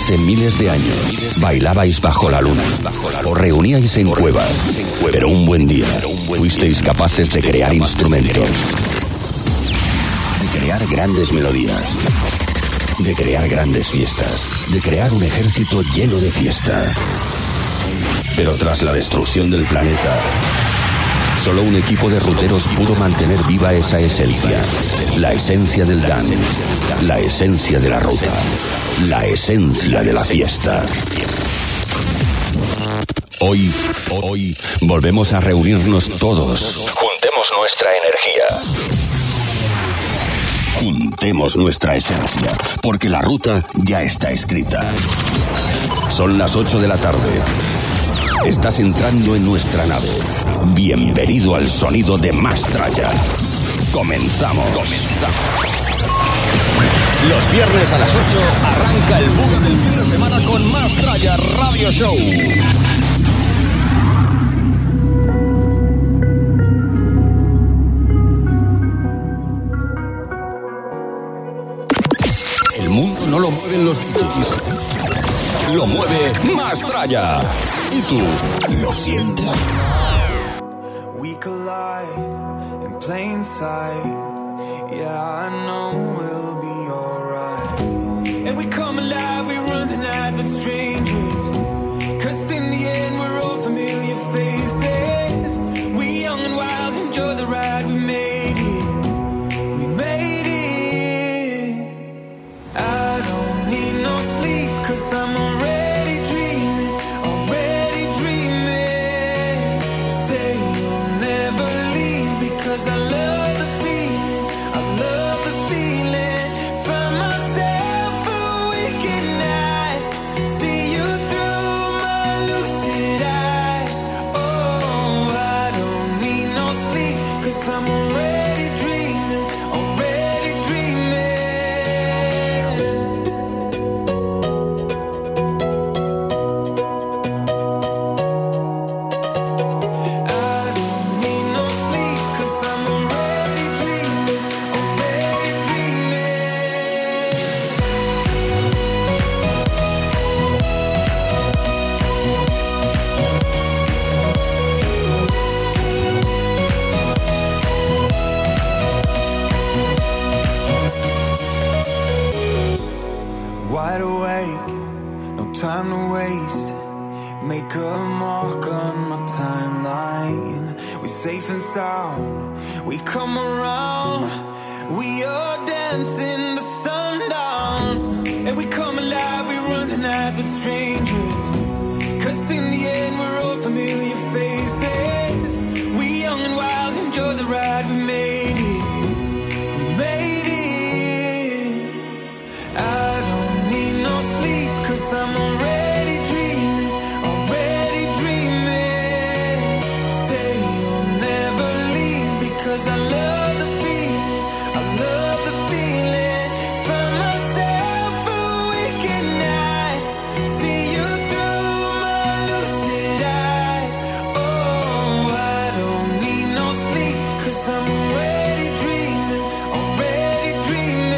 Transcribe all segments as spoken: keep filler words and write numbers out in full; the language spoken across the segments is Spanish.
Hace miles de años bailabais bajo la luna o reuníais en cuevas, pero un buen día fuisteis capaces de crear instrumentos, de crear grandes melodías, de crear grandes fiestas, de crear un ejército lleno de fiesta. Pero tras la destrucción del planeta, solo un equipo de ruteros pudo mantener viva esa esencia, la esencia del dance, la esencia de la ruta, la esencia de la fiesta. Hoy, hoy, volvemos a reunirnos todos. Juntemos nuestra energía. Juntemos nuestra esencia, porque la ruta ya está escrita. Son las ocho de la tarde. Estás entrando en nuestra nave. Bienvenido al sonido de Mastraya. Comenzamos. Comenzamos. Los viernes a las ocho arranca el buga del fin de semana con Mastraya Radio Show. El mundo no lo mueven los bichis. Lo mueve Mastraya. ¿Y tú lo sientes? We collide in plain sight. Yeah, I know we'll be alright. And we come alive, we run the night with strangers. Cause in the end we're all familiar faces. We young and wild, enjoy the ride, we made it. We made it. I don't need no sleep, cause I'm already dreaming, already dreaming. Say you'll never leave, because I love the feeling, I love the feeling. Find myself awake at night, see you through my lucid eyes. Oh, I don't need no sleep, cause I'm already dreaming, already dreaming. I don't need no sleep, cause I'm already dreaming, already dreaming. Wide awake, no time to waste. Make a mark on my timeline. We're safe and sound, we come around. We are dancing the sundown. And we come alive, we run the night with strangers. Cause in the end we're all familiar faces. We young and wild, enjoy the ride, we made it. We made it. I don't need no sleep, cause I'm already dreaming, already dreaming. Say you'll never leave, because I love the feeling, I love the feeling. Find myself awake at night, see you through my lucid eyes. Oh, I don't need no sleep, cause I'm already dreaming, already dreaming.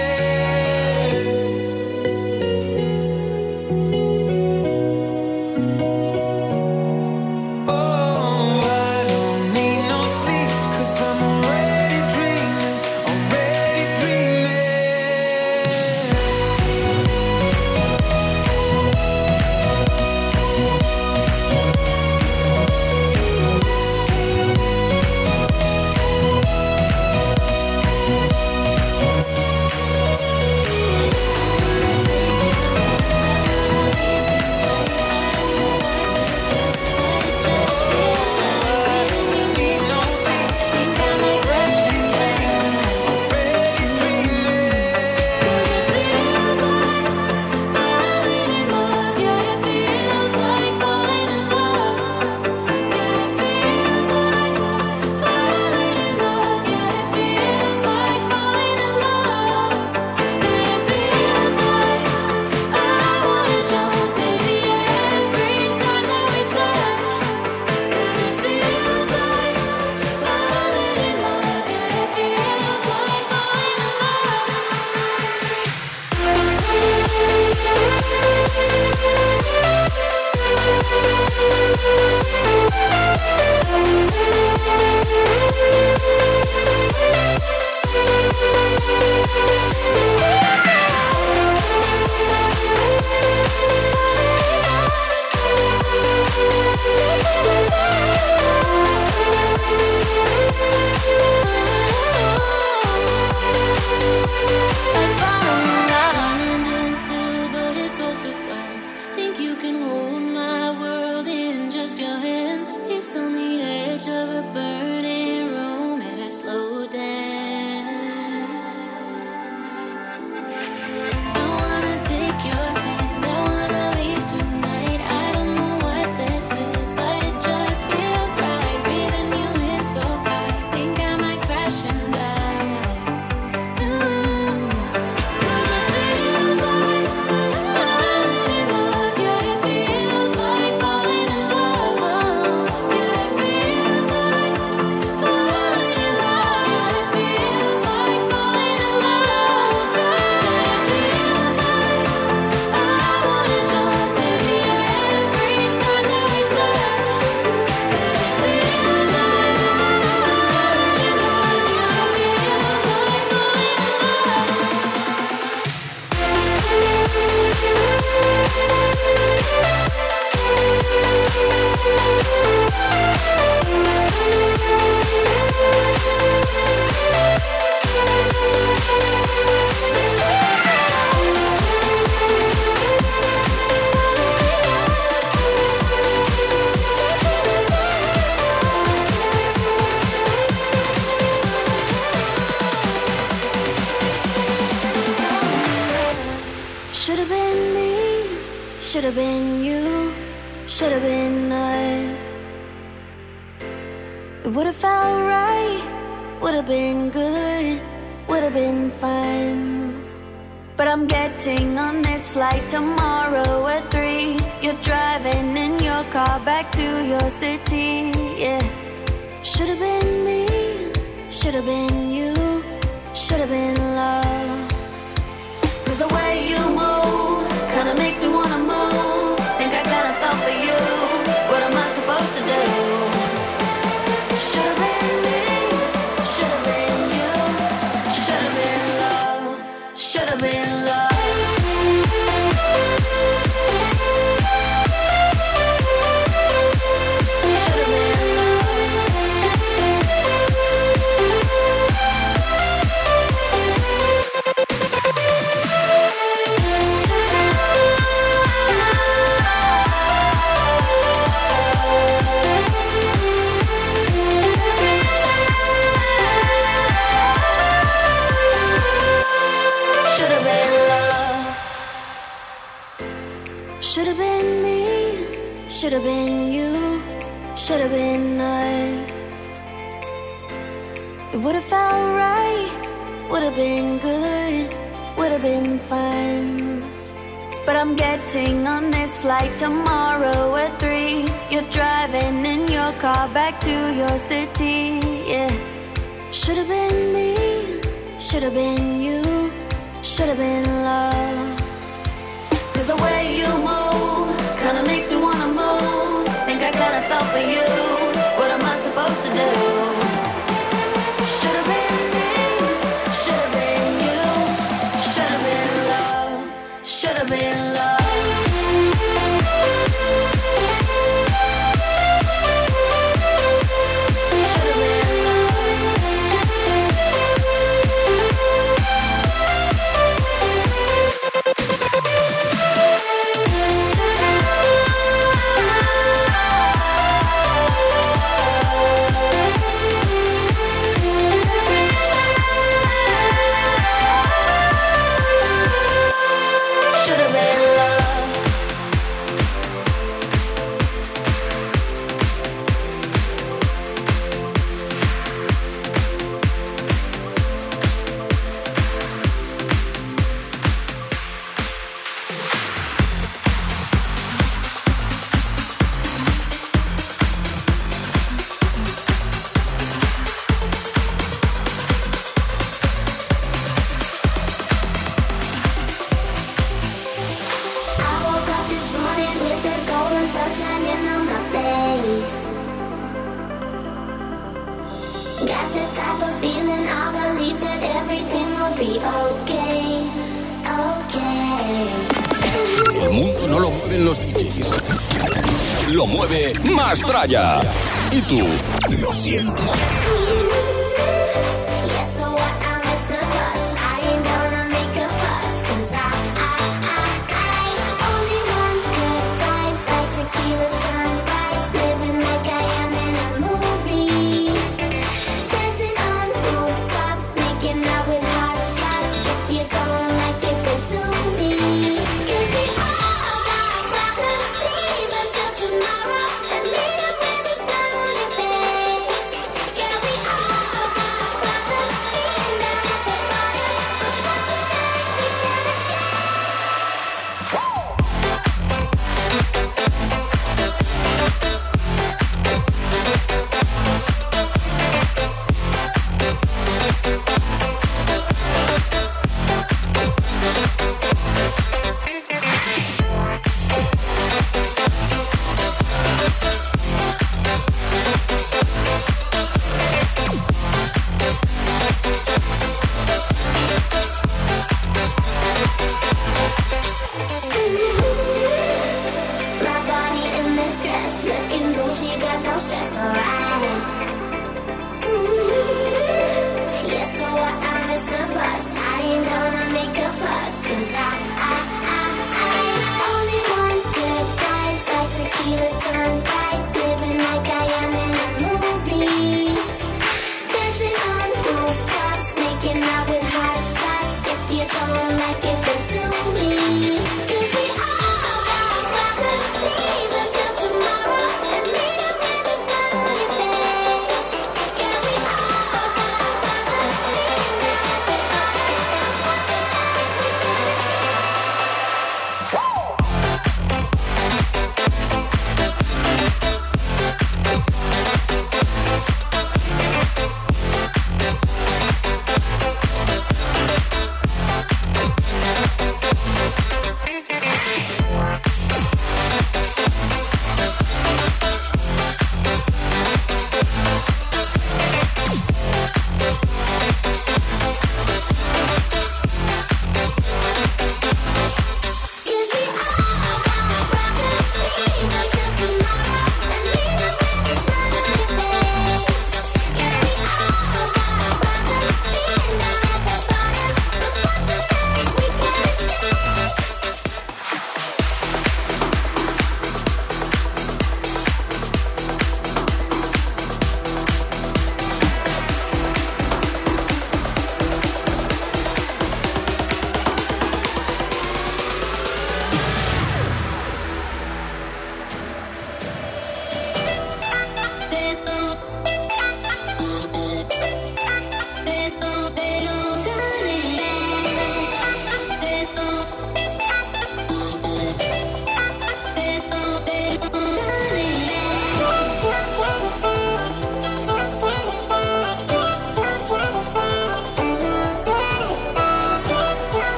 Oh, I don't need no sleep, cause I'm already dreaming, already dreaming. Should've been you, should've been us. It would've felt right, would've been good, would've been fun. But I'm getting on this flight tomorrow at three. You're driving in your car back to your city, yeah. Should've been me, should've been you, should've been love. 'Cause the way you move kinda makes me wanna move. Think I kinda fell for you. What am I supposed to do? Should've been me, should've been you, should've been love, should've been love. Should've been me, should've been you, should've been us. It would've felt right, would've been good, would've been fun. But I'm getting on this flight tomorrow at three. You're driving in your car back to your city, yeah. Should've been me, should've been you, should've been love. 'Cause the way you move kinda makes me wanna move. Think I kinda fell for you. What am I supposed to do? Should've been me, should've been you, should've been love, should've been love. El mundo no lo mueven los D Js. Lo mueve Mastraya. ¿Y tú lo sientes? Tomorrow and meet up in the sky on your face. Yeah, we all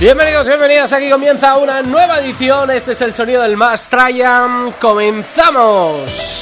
Bienvenidos, bienvenidas, aquí comienza una nueva edición. Este es el sonido del Mastraya. ¡Comenzamos!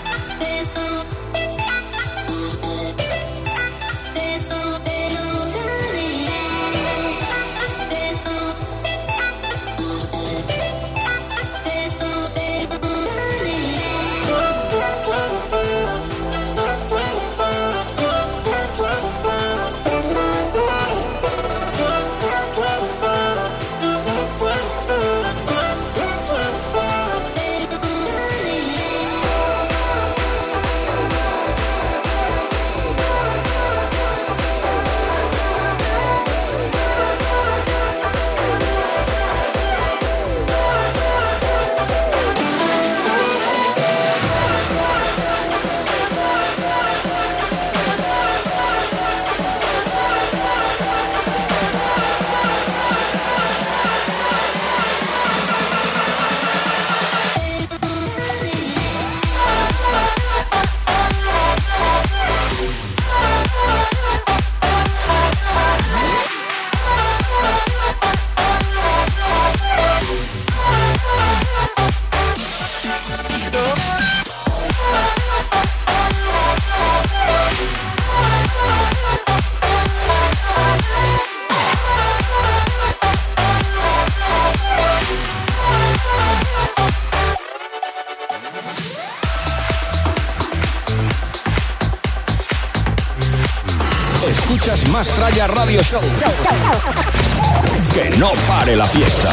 Escuchas Mastraya Radio Show. Que no pare la fiesta.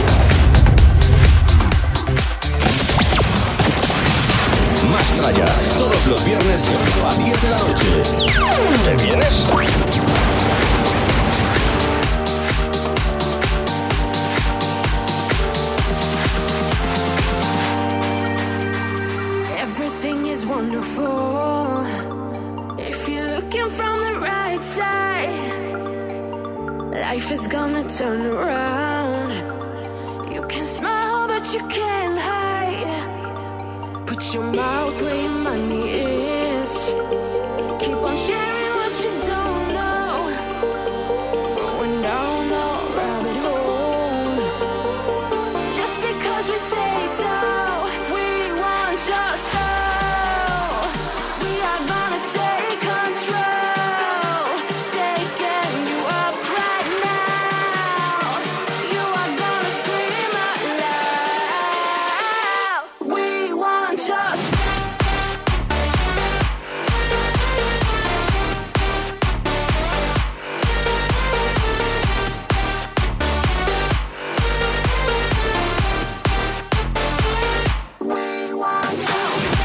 Mastraya, todos los viernes de ocho a diez de la noche. ¿Te vienes? Everything is wonderful if you're looking from the right side. Life is gonna turn around. You can smile but you can't hide. Put your mouth where your money is. Keep on sharing what you don't know. Going down the rabbit hole. Just because we say so, we want your soul. We are gonna take control. Shaking you up right now. You are gonna scream out loud. We want your soul. We want your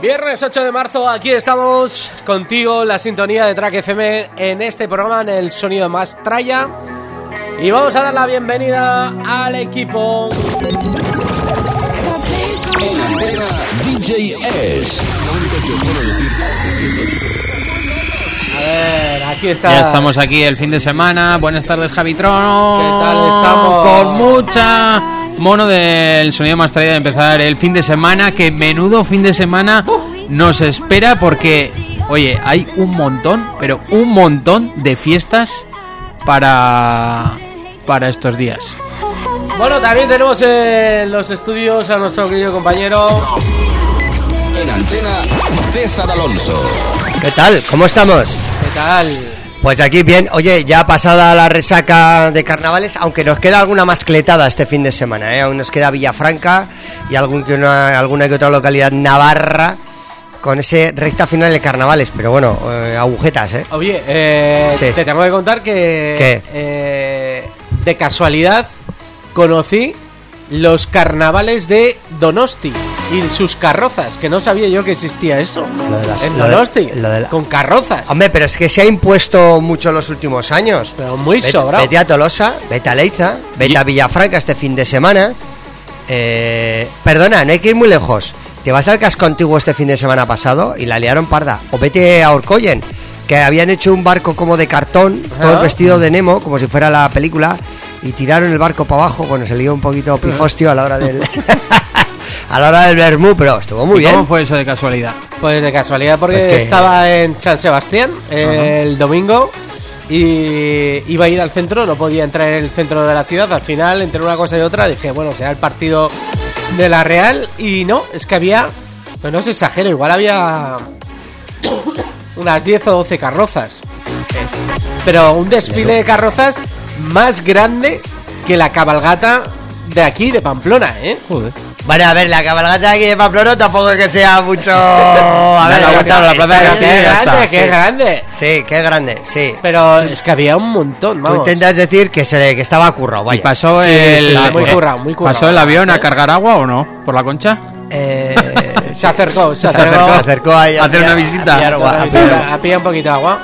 Viernes ocho de marzo, aquí estamos contigo, la sintonía de Track F M, en este programa, en el sonido más tralla. Y vamos a dar la bienvenida al equipo. En antena, D J S. Lo único que os puedo decir es esto. A ver, aquí está. Ya estamos aquí el fin de semana. Buenas tardes, Javi Trono. ¿Qué tal estamos? Con mucha mono del sonido más traído de empezar el fin de semana. Que menudo fin de semana nos espera, porque, oye, hay un montón, pero un montón de fiestas para, para estos días. Bueno, también tenemos en los estudios a nuestro querido compañero. En antena, César Alonso. ¿Qué tal? ¿Cómo estamos? ¿Qué tal? Pues aquí bien. Oye, ya pasada la resaca de carnavales, aunque nos queda alguna mascletada este fin de semana, ¿eh? Aún nos queda Villafranca y algún que una, alguna que otra localidad navarra con ese recta final de carnavales, pero bueno, eh, agujetas, ¿eh? Oye, eh, Sí. te tengo que contar que ¿Qué? eh, de casualidad conocí los carnavales de Donosti y sus carrozas, que no sabía yo que existía eso. Lo de las- en lo de- Donosti, lo de la- con carrozas. Hombre, pero es que se ha impuesto mucho en los últimos años. Pero muy Vete- sobrado. Vete a Tolosa, vete a Leiza, vete Y- a Villafranca este fin de semana. Eh, perdona, no hay que ir muy lejos. Te vas al casco antiguo este fin de semana pasado y la liaron parda. O vete a Orcoyen, que habían hecho un barco como de cartón, todo Ajá. vestido de Nemo, como si fuera la película, y tiraron el barco para abajo. Bueno, se lió un poquito pifostio a la hora del a la hora del vermú, pero estuvo muy ¿Y bien. cómo fue eso de casualidad? Pues de casualidad, porque Es que- estaba en San Sebastián el domingo y iba a ir al centro, no podía entrar en el centro de la ciudad. Al final, entre una cosa y otra, dije, bueno, será el partido de la Real. Y no, es que había, pues no se exagero, igual había unas diez o doce carrozas. Pero un desfile de carrozas más grande que la cabalgata de aquí, de Pamplona, ¿eh? Joder. Bueno, a ver, la cabalgata aquí de Pamplona tampoco es que sea mucho... A ver, Da la vuelta a la plaza de Pero la qué Tierra, ya grande, está, qué sí. grande. Sí, qué grande, sí. Pero es que había un montón, Tú vamos. intentas decir que se le, que estaba currado, ¿Y vaya. pasó Sí, el, sí, sí, muy eh, currado, muy currado. ¿Pasó el avión Sí. a cargar agua o no? ¿Por la Concha? Eh, Se acercó, se se acercó. acercó, se acercó ahí a hacer pillar- una visita. a pillar agua, a A pillar- pillar un poquito de agua.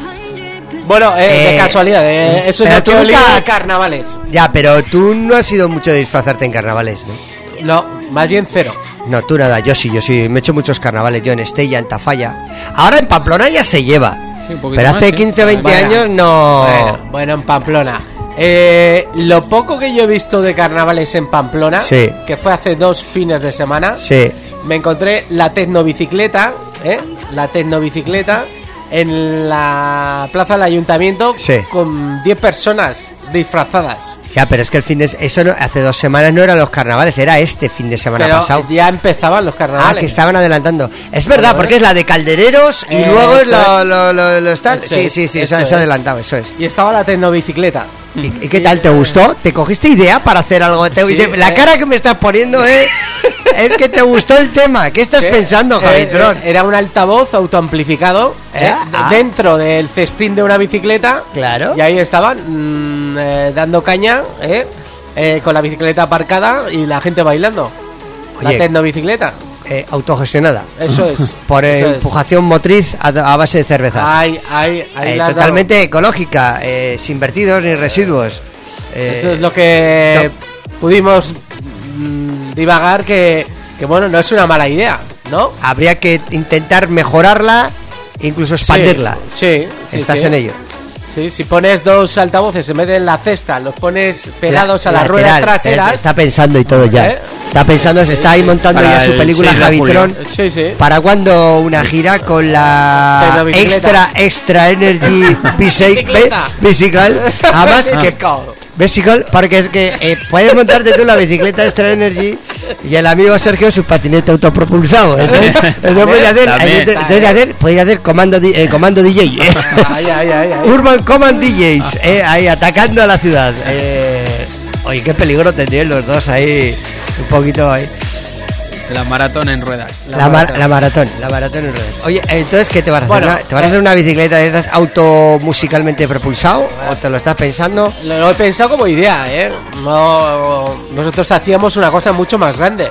Bueno, eh, de Eh, casualidad, eh, eso es pero lo que tú he olido nunca- a carnavales. Ya, pero tú no has sido mucho de disfrazarte en carnavales, ¿no? No, más bien cero. No, tú nada, yo sí, yo sí, me he hecho muchos carnavales, yo en Estella, en Tafalla. Ahora en Pamplona ya se lleva, Sí, un poquito pero más, hace sí. quince o veinte Bueno, años no... Bueno, bueno, en Pamplona. Eh, lo poco que yo he visto de carnavales en Pamplona, Sí. que fue hace dos fines de semana, Sí, me encontré la tecnobicicleta, ¿eh? La tecnobicicleta en la plaza del ayuntamiento Sí. con diez personas disfrazadas. ya, pero es que el fin de... Eso no, hace dos semanas no eran los carnavales, era este fin de semana Pero pasado. ya empezaban los Ah, carnavales. que estaban adelantando. Es verdad, Claro. porque es la de caldereros y Eso luego es lo, es. lo, lo, lo tal. Eso Sí, es, sí, sí, eso se, se es. ha adelantado, eso es. Y estaba la tecnobicicleta. ¿Y, y qué tal? ¿Te gustó? ¿Te cogiste idea para hacer algo? Te- Sí, te- la eh. cara que me estás poniendo, ¿eh? Es que te gustó el tema. ¿Qué estás Sí, pensando, eh, Javitrón? eh, Era un altavoz autoamplificado ¿Eh? eh, Ah. dentro del cestín de una bicicleta. Claro. Y ahí estaban mm, eh, dando caña, eh, eh, con la bicicleta aparcada y la gente bailando. Oye. La tecnobicicleta. Eh, autogestionada. Eso es. Por eso es. empujación motriz a, a base de cervezas. Ay, ay, ahí Eh, la has dado. totalmente ecológica, eh, sin vertidos ni residuos. Eh, Eso es lo que pudimos mm, divagar, que, que bueno, no es una mala idea, ¿no? Habría que intentar mejorarla, incluso expandirla. Sí, sí, Estás sí. en ello. Sí, si pones dos altavoces en vez de en la cesta, los pones pegados La- a las lateral, ruedas eh, traseras. Está pensando y todo ya. ¿Eh? Está pensando, se está ahí montando Para ya su el película seis de Javitrón. julio. Sí, sí. ¿Para cuándo una gira con la Tecnobicicleta. extra extra energy bicycle? Bicicleta. Bicycle. Además que Bicicleta. Bicycle, porque es que eh, puedes montarte tú la bicicleta extra energy y el amigo Sergio su patinete autopropulsado. Entonces, entonces puedes hacer, También. entonces, entonces hacer, puedes hacer comando di- eh, comando D J. eh. Ay, ay, ay, ay. Urban Command D Js, eh, ahí atacando a la ciudad. Eh, oye, qué peligro tendrían los dos ahí, un poquito ahí. La maratón en ruedas. La, mar- la maratón, la maratón en redes. Oye, entonces, ¿qué te vas a hacer? Bueno, ¿Una- ¿Te vas a hacer eh, una bicicleta de estas auto musicalmente propulsado? ¿O te lo estás pensando? Lo, lo he pensado como idea, ¿eh? No, nosotros hacíamos una cosa mucho más grande.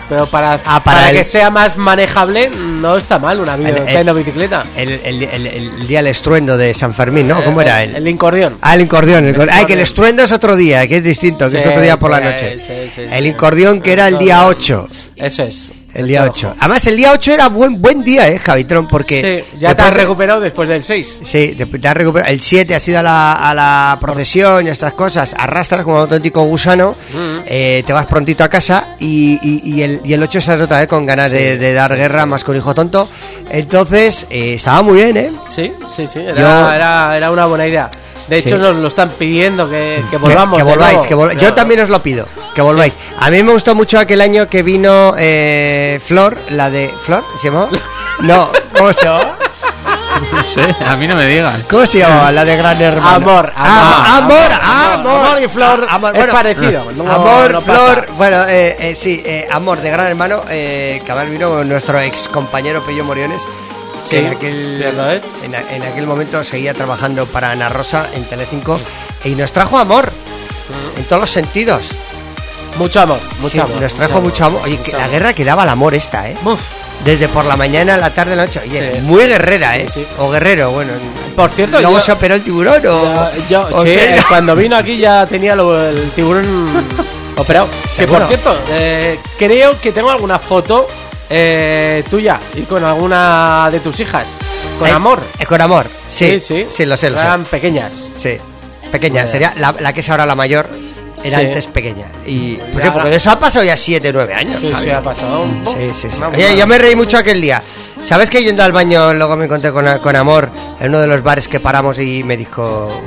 pero para, Ah, para para el- que sea más manejable no está mal una El- el- Nintendo bicicleta. El, el, el, el día del estruendo de San Fermín, ¿no? ¿Cómo Eh, era? El, El, el incordión. Ah, el incordión. El, el Ay, que el incordión. estruendo es otro día, que es distinto, que Sí, es otro día por sí, la noche. sí, sí, el sí. incordión que era el día ocho. Eso es. El día Ojo. ocho. Además, el día ocho era buen buen día, ¿eh, Javitron? Porque... Sí, ya te has después de- recuperado después del seis. Sí, te, te has recuperado. El siete has ido a la, a la procesión y estas cosas, arrastras como un auténtico gusano, Mm. eh, te vas prontito a casa y, y, y el, y el ocho se otra vez con ganas de, de dar guerra más con hijo tonto. Entonces, eh, estaba muy bien, ¿eh? Sí, sí, sí. Era, Yo- era, era una buena idea. De hecho, Sí. nos lo están pidiendo que, que Que- volvamos. Que, de volváis, nuevo. que vol- Yo Claro. también os lo pido, que volváis. A mí me gustó mucho aquel año que vino eh, Flor, la de... ¿Flor? ¿Se llamaba? No, ¿cómo se llamaba? No sé, a mí no me digas. ¿Cómo se llamaba? La de Gran Hermano. Amor, Ah, amor, amor, amor, amor, amor y Flor Amor, es parecido, no- amor, no pasa. Flor, bueno, eh, eh, sí, eh, Amor de Gran Hermano, eh, que además vino con nuestro ex compañero Pello Moriones, que Sí, en aquel, cierto es. en, a- en aquel momento seguía trabajando para Ana Rosa en Telecinco y nos trajo amor en todos los sentidos. Mucho amor, mucho Sí, amor. nos trajo mucho amor. Oye, que la guerra que daba el amor esta, ¿eh? Uf. Desde por la mañana a la tarde a la noche. Oye, Sí. muy guerrera, ¿eh? Sí, sí. O guerrero, bueno. Por cierto, luego yo- se operó el tiburón o... Yo, o sí, qué? eh, cuando vino aquí ya tenía lo- el tiburón operado. Que ¿Seguro? por cierto, eh, creo que tengo alguna foto eh, tuya y con alguna de tus hijas. Con Eh, amor. eh, con amor, sí. sí. Sí, lo sé, lo sé. Eran pequeñas. Sí, pequeña. Bueno. Sería la, la que es ahora la mayor. Era Sí. antes pequeña. Y pues Ya sí, porque ahora- de eso ha pasado ya siete, nueve años. Sí, Javi. sí, ha pasado un poco. Sí, sí, sí. Una Oye, burrada. yo me reí mucho aquel día. ¿Sabes que yendo al baño luego me encontré con, con amor en uno de los bares que paramos y me dijo...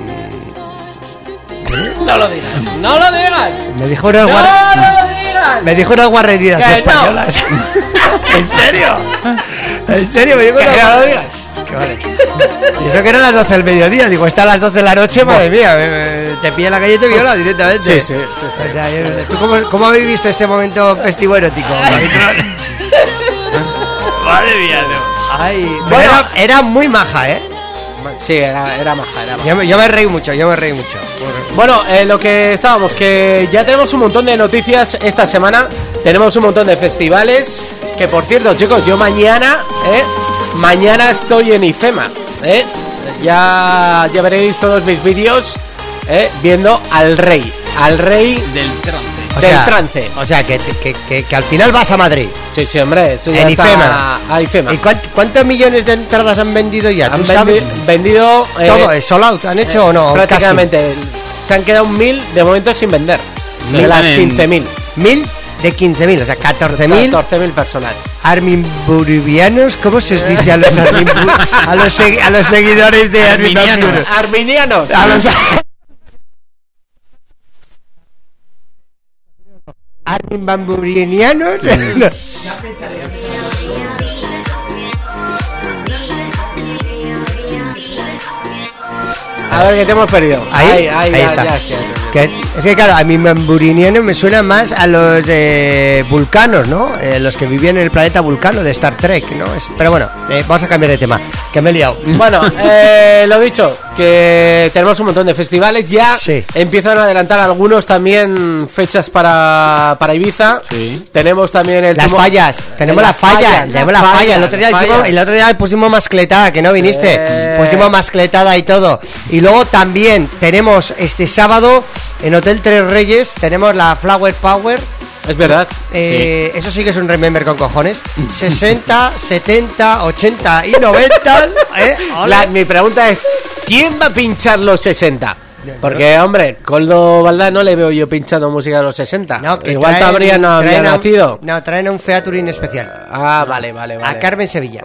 No lo digas. No lo digas. Me dijo unas, No guar- lo digas. me dijo unas guarrerías Que no. españolas. ¿En serio? ¿En serio? Me dijo Que unas no lo guar- digas. Que vale. Y eso que eran las doce del mediodía. Digo, está a las doce de la noche, madre mía. me- me- Te pilla en la calle y te viola directamente. Sí, sí, sí, sí. O sea, yo- ¿tú cómo, cómo habéis visto este momento festivo erótico? Madre mía, no. Ay, pero Bueno. era, era muy maja, ¿eh? Sí, era, era maja, era maja. Yo, me- yo me reí mucho, yo me reí mucho. Bueno, eh, lo que estábamos, que ya tenemos un montón de noticias esta semana. Tenemos un montón de festivales. Que por cierto, chicos, yo mañana, ¿eh? Mañana estoy en IFEMA, ¿eh? Ya, ya veréis todos mis vídeos, ¿eh? Viendo al rey. Al rey Del trance. O del sea, trance. O sea, que, que, que, que al final vas a Madrid. Sí, sí, hombre. Eso ya En está IFEMA. a IFEMA. ¿Y cuán- cuántos millones de entradas han vendido ya? Han ¿Tú sabes? vendi- vendido... eh, Todo, ¿es sold out? ¿Han hecho o no? prácticamente. Se han quedado mil de momento sin vender. De Mil las en- quince mil. Casi. Mil de quince mil, o sea, catorce mil catorce mil personas. arminburianos. ¿Cómo se os dice a los, arminbu- a los, segui- a los seguidores de Armin Van Arminianos. Buren? Arminianos. A los Armin Van Burenianos. A ver, que te hemos perdido. Ahí, ahí, ahí ya, está. ya, ya, ya. Que es, es que claro, a mi mamburiniano me suena más a los eh, vulcanos, ¿no? Eh, los que vivían en el planeta Vulcano de Star Trek, ¿no? Es- pero bueno, eh, vamos a cambiar de tema, que me he liado. Bueno, eh, lo dicho, que tenemos un montón de festivales. Ya Sí. empiezan a adelantar algunos también fechas para, para Ibiza. Sí. Tenemos también el Las tumo- fallas, tenemos Las la falla, fallas, tenemos las la falla. fallas, El otro día, las hicimos- fallas. el otro día pusimos mascletada, que no viniste. Eh. Pusimos mascletada y todo. Y luego también tenemos este sábado en Hotel Tres Reyes, tenemos la Flower Power. Es verdad. Eh, Eso sí que es un remember con cojones. sesenta, setenta, ochenta y noventa. ¿eh? La- mi pregunta es: ¿quién va a pinchar los sesenta? Porque, hombre, Coldo Valdá no le veo yo pinchando música de los sesenta. No, que Igual traen- todavía no había traen a un- nacido. No, traen a un featuring especial. Ah, vale, vale, vale. A Carmen Sevilla.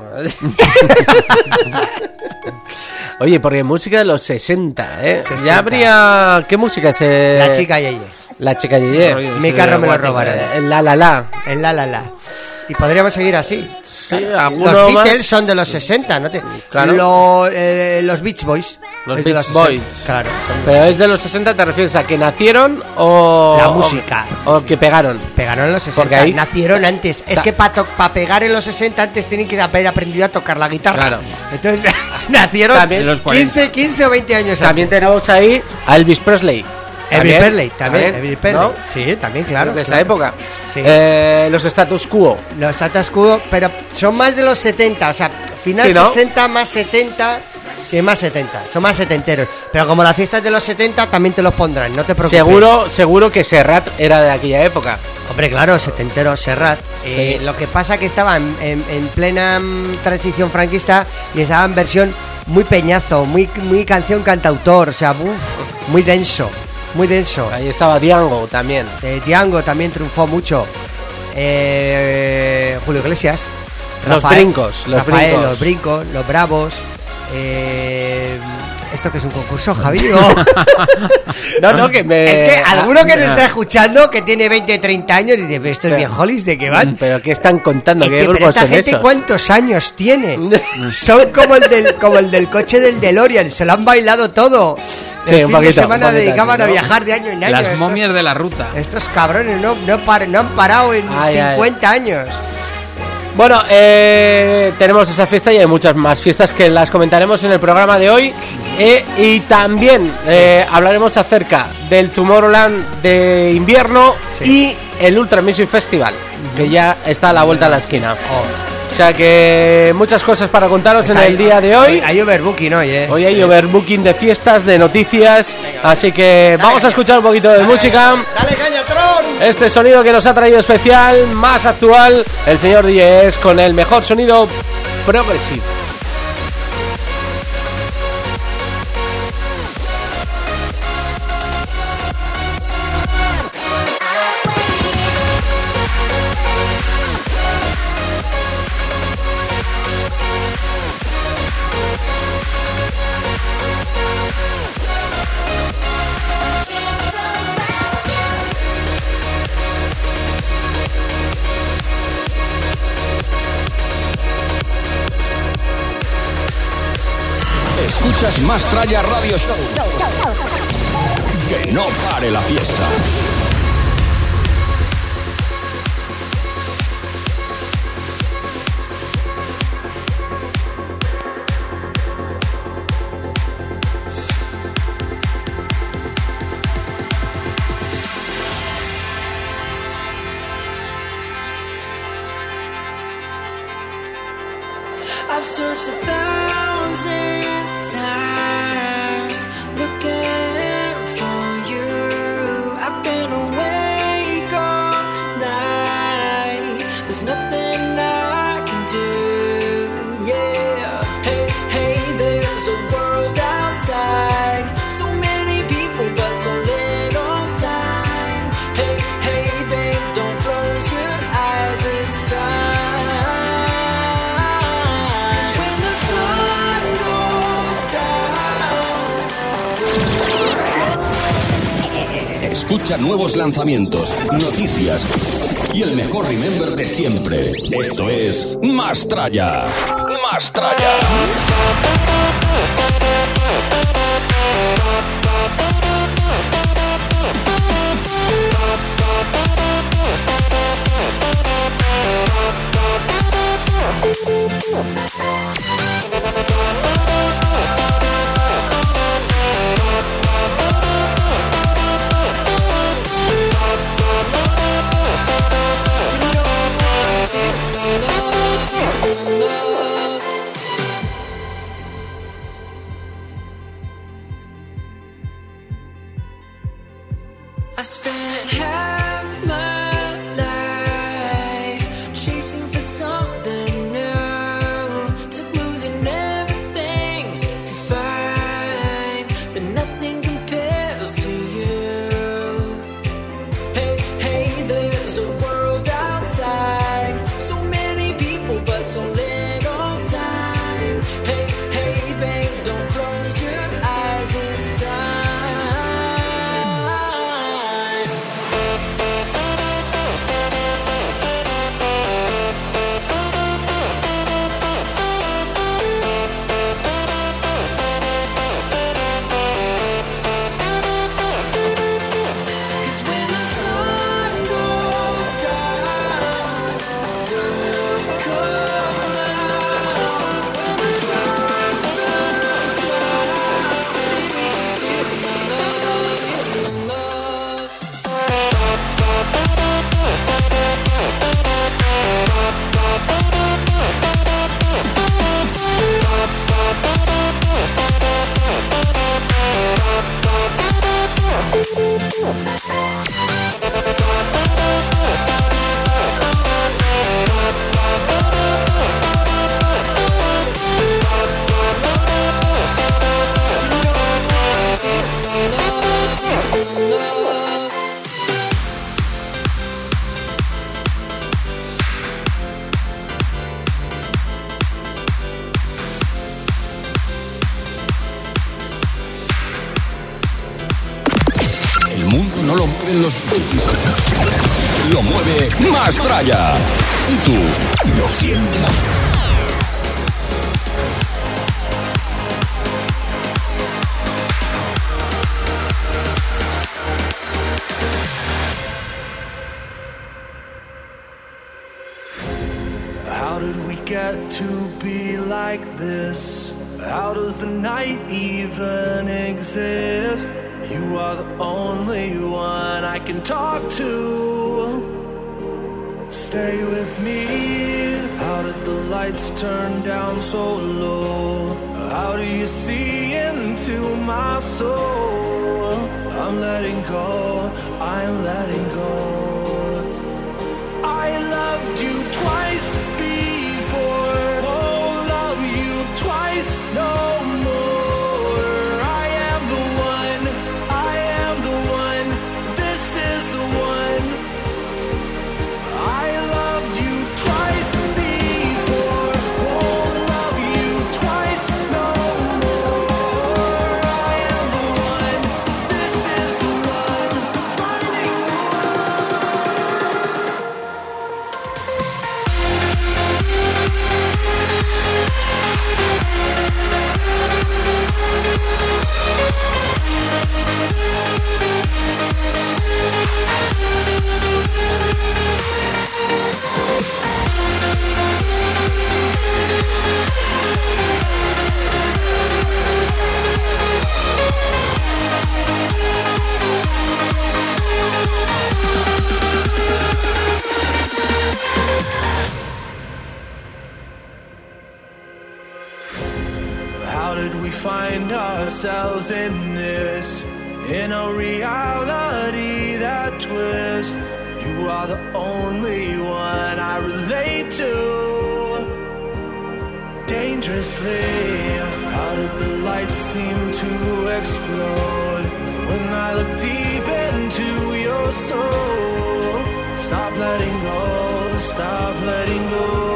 Oye, porque música de los sesenta, ¿eh? sesenta. Ya habría... ¿Qué música es? eh? La chica Yeye. La chica Yeye. Mi carro me lo robaron. Eh, La la la. El la la la. Y podríamos seguir así. Sí, alguno Los más. Beatles son de los sesenta, ¿no? Te... Claro. Lo- eh, los Beach Boys. Los es de Beach sesenta. Boys. Claro. Pero es de los sesenta, ¿te refieres a que nacieron o...? La música. O, o que pegaron. Pegaron en los sesenta. Porque ahí- Nacieron antes. Es Ta- que para pegar en los sesenta antes tienen que haber aprendido a tocar la guitarra. Claro. Entonces, nacieron También- En los cuarenta. quince, quince o veinte años También antes. tenemos ahí a Elvis Presley. Elvis Presley, también, también, Elvis Presley. ¿no? Sí, también, claro. De esa claro. época. Sí. Eh, los status quo. Los status quo, pero son más de los setenta, o sea, final Sí, ¿no? sesenta más setenta. Sí, más setenta, son más setenteros. Pero como las fiestas de los setenta también te los pondrán, no te preocupes. Seguro, seguro que Serrat era de aquella época. Hombre, claro, setentero, Serrat. Sí. Eh, lo que pasa que estaba en, en- en plena mm, transición franquista y estaba en versión muy peñazo, muy, muy canción cantautor, o sea, uf, muy denso, muy denso. Ahí estaba Diango también. Eh, Diango también triunfó mucho. Eh, Julio Iglesias. Los brincos, los Rafael, brincos. los brincos, los bravos. Eh, ¿Esto que es un concurso, Javi? ¿O? No, no, que me... Es que alguno que nos Ah, está escuchando, que tiene veinte, treinta años, dice, ¿pero estos Pero- viejolis de qué van? Pero ¿qué están contando? Y ¿Qué que, pero grupos esta son gente esos? ¿cuántos años tiene? Son como el del como el del coche del DeLorean, se lo han bailado todo. Sí, el un fin poquito, de semana un poquito dedicaban así, a ¿no? viajar de año en año. Las Estos- momias de la ruta. Estos cabrones no, no, par- no han parado en Ay, ay. cincuenta años. Bueno, eh, tenemos esa fiesta y hay muchas más fiestas que las comentaremos en el programa de hoy. Eh, y también eh, hablaremos acerca del Tomorrowland de invierno Sí. y el Ultra Music Festival, que ya está a la vuelta de la esquina. Oh. O sea que muchas cosas para contaros en Está- el día de hoy. Hay overbooking hoy, eh. Hoy hay overbooking de fiestas, de noticias, así que vamos a escuchar un poquito de música. Dale caña, Tron. Este sonido que nos ha traído especial, más actual, el señor D J es con el mejor sonido progressive. Escuchas Más Tralla Radio Show. Que no pare la fiesta. I've searched a thousand times looking for you. I've been awake all night. There's nothing I can do. Yeah. Hey, hey, there's a world outside. So many people, but so little time. Hey, hey, babe, don't close your eyes this time. When the sun goes down. Escucha nuevos lanzamientos, noticias y el mejor remember de siempre. Esto es Más Tralla. Más Tralla. I spent half my life chasing for something new. Took losing mueven los beats. Lo mueve Mastraya. Y tú lo sientes. How did we get to be like this? How does the night even exist? You are the only one I can talk to. Stay with me. How did the lights turn down so low? How do you see into my soul? I'm letting go, I'm letting go. I loved you twice before, won't love you twice no more. I am the one, I am the one, this is the one. I loved you twice before, won't love you twice no more. I am the one, this is the one, finding How did we find ourselves in this? In a reality that twists. You are the only one I relate to. Dangerously, how did the lights seem to explode? When I look deep into your soul. Stop letting go, stop letting go.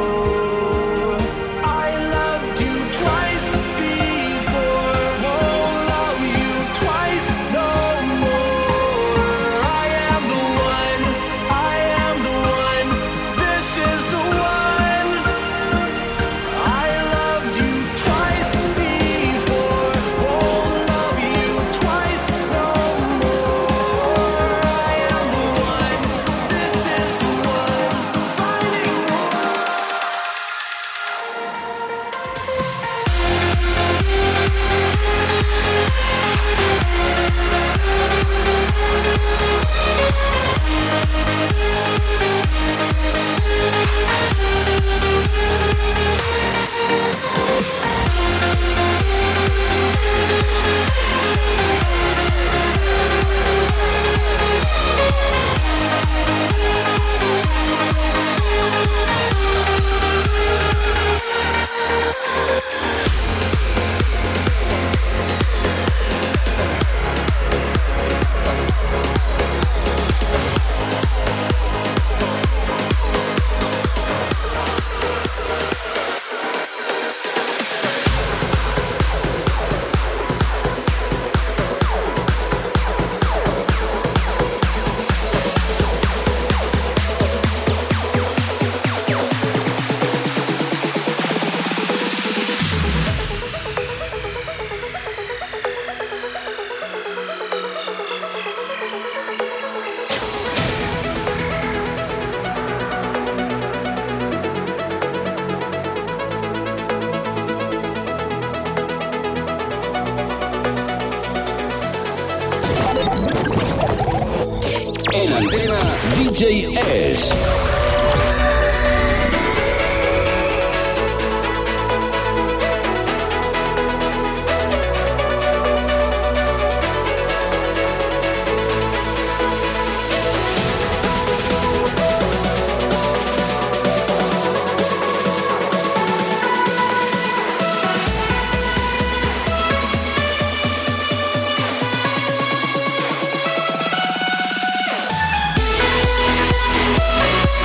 En antena D J S. We'll be right back.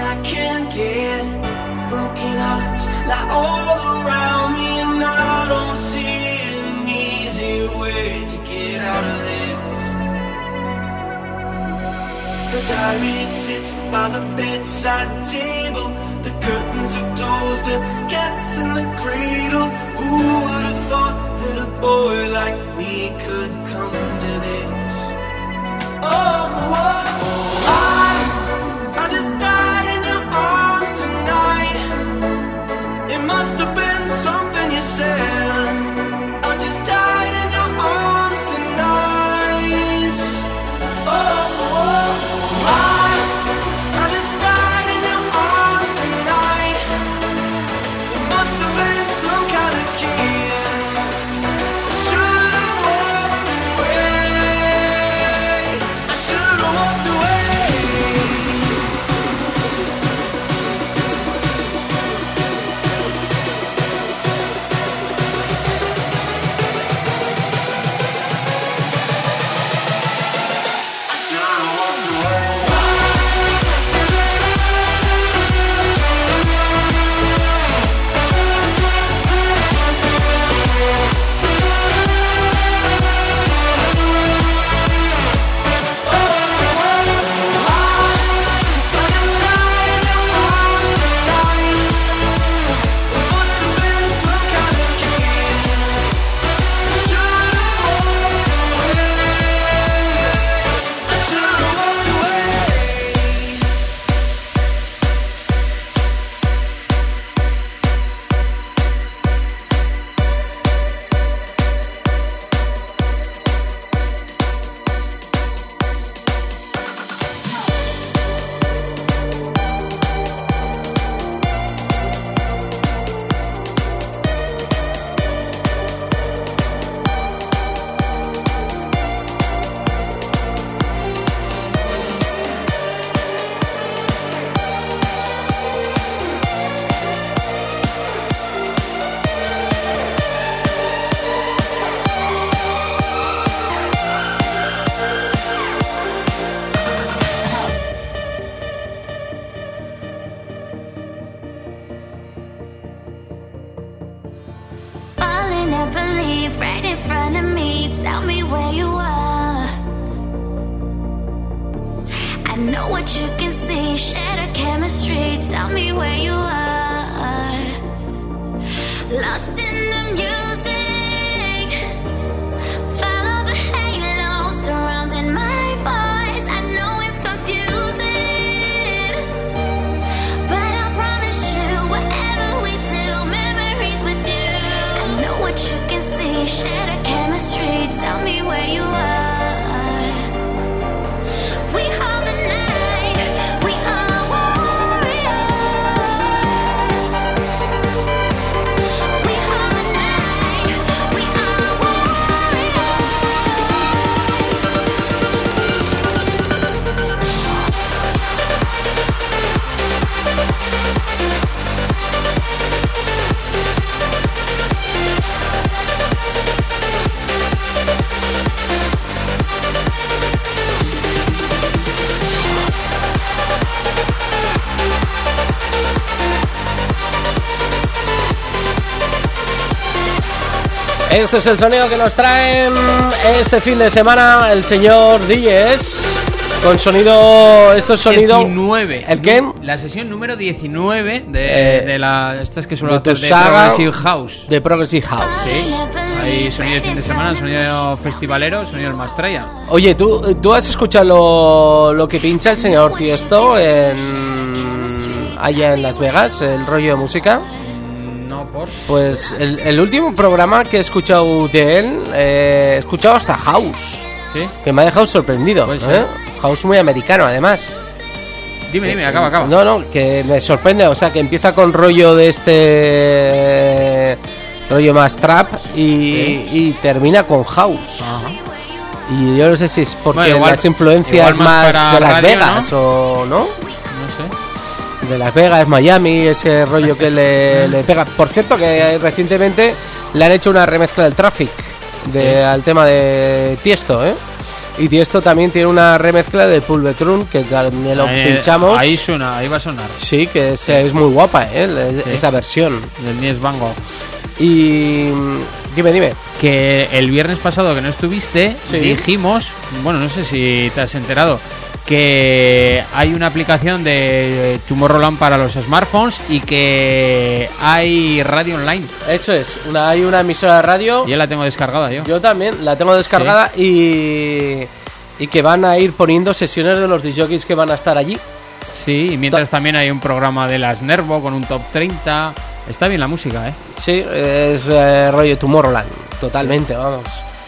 I can't get broken hearts like all around me, and I don't see an easy way to get out of this. The diary sits by the bedside table. The curtains are closed, the cat's in the cradle. Who would have thought that a boy like me could come to this? Oh, oh, oh, I, I just died in your arms tonight. It must have been something you said. I just died in your arms tonight. Oh, oh, oh, I, I just died in your arms tonight. It must have been some kind of kiss. I should have walked away. I should have walked away. I should have walked away. Falling, I believe, right in front of me. Tell me where you are. I know what you can see. Share the chemistry. Tell me where you are. Lost in the music. Follow the halo surrounding my voice. I know it's confusing, but I promise you, whatever we do, memories with you. I know what you can see. Share the chemistry. Tell me where you are. We hold the night. We are warriors. We hold the night. We are warriors. Este es el sonido que nos traen este fin de semana el señor D Js. Con sonido. Esto es sonido. diecinueve. ¿El qué? La sesión número diecinueve de, Eh, de la. Estas que suelo de hacer tu de saga Progressive House. De Progressive House. Sí. Hay sonido de fin de semana, sonido festivalero, sonido del Mastraya. Oye, ¿tú, ¿tú has escuchado lo, lo que pincha el señor Tiesto en, allá en Las Vegas, el rollo de música? No por. Pues el, el último programa que he escuchado de él, eh, he escuchado hasta House, ¿Sí? que me ha dejado sorprendido. Pues sí. ¿eh? House muy americano, además. Dime, dime, acaba, acaba. No, no, que me sorprende, o sea, que empieza con rollo de este rollo más trap y, y termina con house. Ajá. Y yo no sé si es porque Bueno, igual- las influencias igual más más para de Las radio, Vegas o no, No sé. de Las Vegas, Miami, ese rollo que le, le pega. Por cierto, que recientemente le han hecho una remezcla del Traffic de, Sí. al tema de Tiesto, ¿eh? Y Tiesto también tiene una remezcla de Pulvetrun que también lo ahí, pinchamos. Ahí suena, ahí va a sonar. Sí, que es, es muy guapa, ¿eh? Sí. Esa versión. Del Nies Bango. Y dime, dime. Que el viernes pasado que no estuviste, Sí. dijimos, bueno, no sé si te has enterado, que hay una aplicación de Tomorrowland para los smartphones y que hay radio online. Eso es, una, hay una emisora de radio. Ya la tengo descargada yo. Yo también la tengo descargada y, y que van a ir poniendo sesiones de los disc jockeys que van a estar allí. Sí, y mientras también hay un programa de las Nervo con un top treinta. Está bien la música, ¿eh? Sí, es eh, rollo Tomorrowland, totalmente, vamos.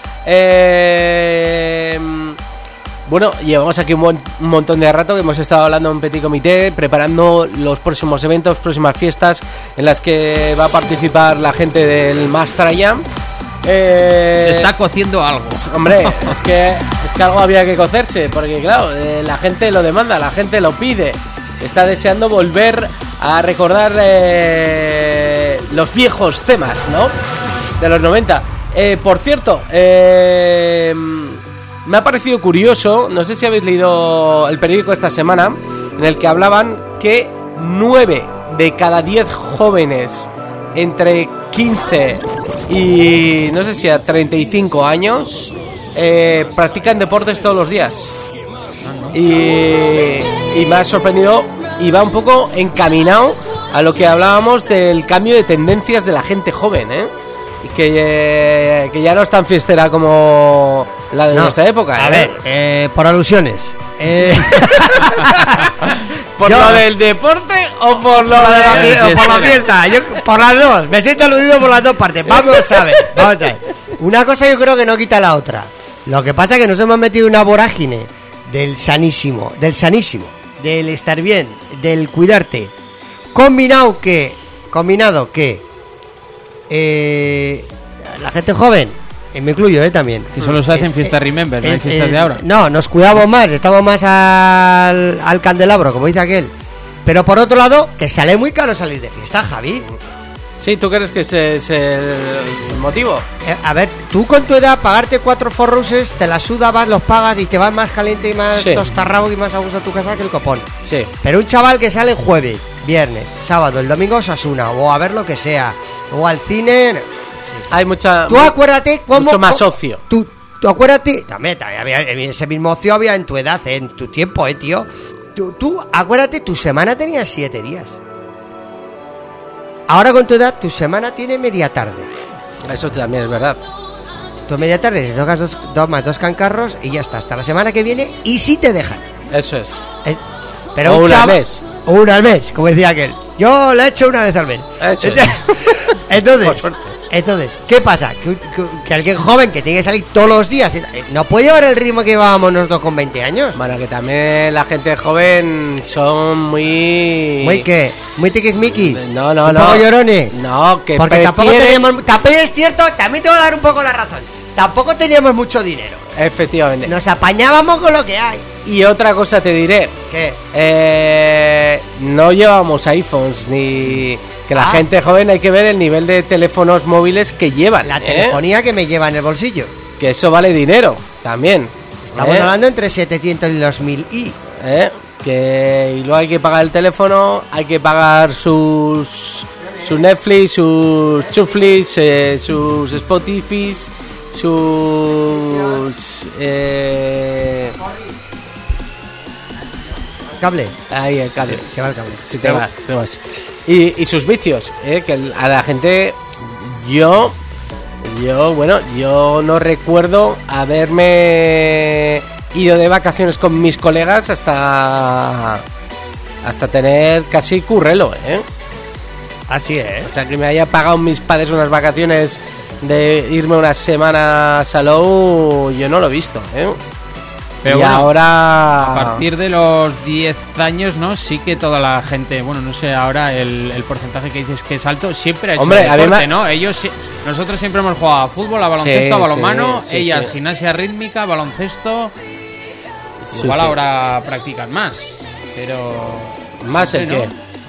Eh, bueno, llevamos aquí un, buen, un montón de rato que hemos estado hablando en un petit comité, preparando los próximos eventos, próximas fiestas en las que va a participar la gente del Master Jam. Eh, Se está cociendo algo. Hombre, es que, es que algo había que cocerse, porque claro, eh, la gente lo demanda, la gente lo pide. Está deseando volver a recordar eh, los viejos temas, ¿no? De los noventa. Eh, por cierto, eh, me ha parecido curioso, no sé si habéis leído el periódico esta semana, en el que hablaban que nueve de cada diez jóvenes entre quince y no sé si a treinta y cinco años eh, practican deportes todos los días. Y, y me ha sorprendido y va un poco encaminado a lo que hablábamos del cambio de tendencias de la gente joven, ¿eh? Y que, eh, que ya no es tan fiestera como la de No, nuestra época, ¿eh? A ver, eh, por alusiones. Eh, ¿Por yo- lo del deporte o por lo por la, de la de... fie- o por la fiesta, yo, por las dos, me siento aludido por las dos partes. Vamos a ver, vamos a ver. Una cosa yo creo que no quita la otra. Lo que pasa es que nos hemos metido en una vorágine del sanísimo, del sanísimo, del estar bien, del cuidarte. Combinado que, combinado que eh, la gente joven, y me incluyo eh, también. Que solo se hacen Eh, fiestas eh, Remember, no hay es- fiestas eh, de ahora. No, nos cuidamos más, estamos más al, al candelabro, como dice aquel. Pero por otro lado, que sale muy caro salir de fiesta, Javi. Sí, ¿tú crees que ese es el motivo? Eh, a ver, tú con tu edad, pagarte cuatro forruses, te las sudabas, los pagas y te vas más caliente y más Sí. tostarrabo y más a gusto a tu casa que el copón. Sí. Pero un chaval que sale jueves, viernes, sábado, el domingo a Osasuna, o a ver lo que sea, o al cine. Hay mucha... Tú acuérdate cómo. Mucho más cómo- ocio. Tú, tú acuérdate. No, meta, había, ese mismo ocio había en tu edad, eh, en tu tiempo, eh, tío. Tú, tú acuérdate, tu semana tenía siete días. Ahora con tu edad, tu semana tiene media tarde. Eso también es verdad. Tu media tarde te tocas dos, dos más dos cancarros y ya está. Hasta la semana que viene, y si te dejan. Eso es. Eh, Pero O un una al chaval- mes. O una al mes, como decía aquel. Yo la he hecho una vez al mes. Eso es. Entonces, Por suerte. entonces, ¿qué pasa? Que, que- que alguien joven que tiene que salir todos los días eh, no puede llevar el ritmo que llevábamos nosotros con veinte años. Bueno, que también la gente joven son muy... Muy que, muy tiquismiquis. No, no, un no. poco llorones. No, que Porque tampoco prefieren- teníamos. También es cierto, también te voy a dar un poco la razón. Tampoco teníamos mucho dinero. Efectivamente. Nos apañábamos con lo que hay. Y otra cosa te diré. ¿Qué? Eh, no llevamos iPhones ni... Que la Ah. gente joven hay que ver el nivel de teléfonos móviles que llevan. La ¿eh? telefonía que me lleva en el bolsillo. Que eso vale dinero también. Estamos ¿eh? hablando entre setecientos y los mil i. ¿eh? Que y luego hay que pagar el teléfono, hay que pagar sus su Netflix, sus Chuflix, eh, sus Spotify, sus eh, Cable. ahí el cable. Se va el cable. Sí, te va, te vas. Y, y sus vicios, ¿eh? Que a la gente, yo, yo, bueno, yo no recuerdo haberme ido de vacaciones con mis colegas hasta hasta tener casi currelo, ¿eh? Así es. O sea, que me haya pagado mis padres unas vacaciones de irme unas semanas a Low, yo no lo he visto, ¿eh? Pero y bueno, ahora... a partir de los diez años, ¿no? Sí que toda la gente, bueno, no sé ahora el, el porcentaje que dices que es alto, siempre ha hecho Hombre, a mí deporte, me- ¿no? Ellos, sí- nosotros siempre hemos jugado a fútbol, a baloncesto, Sí, a balonmano, sí, sí, ellas sí. gimnasia rítmica, baloncesto. Sí, Igual sí. ahora practican más, pero ¿Más el no sé, qué? ¿no?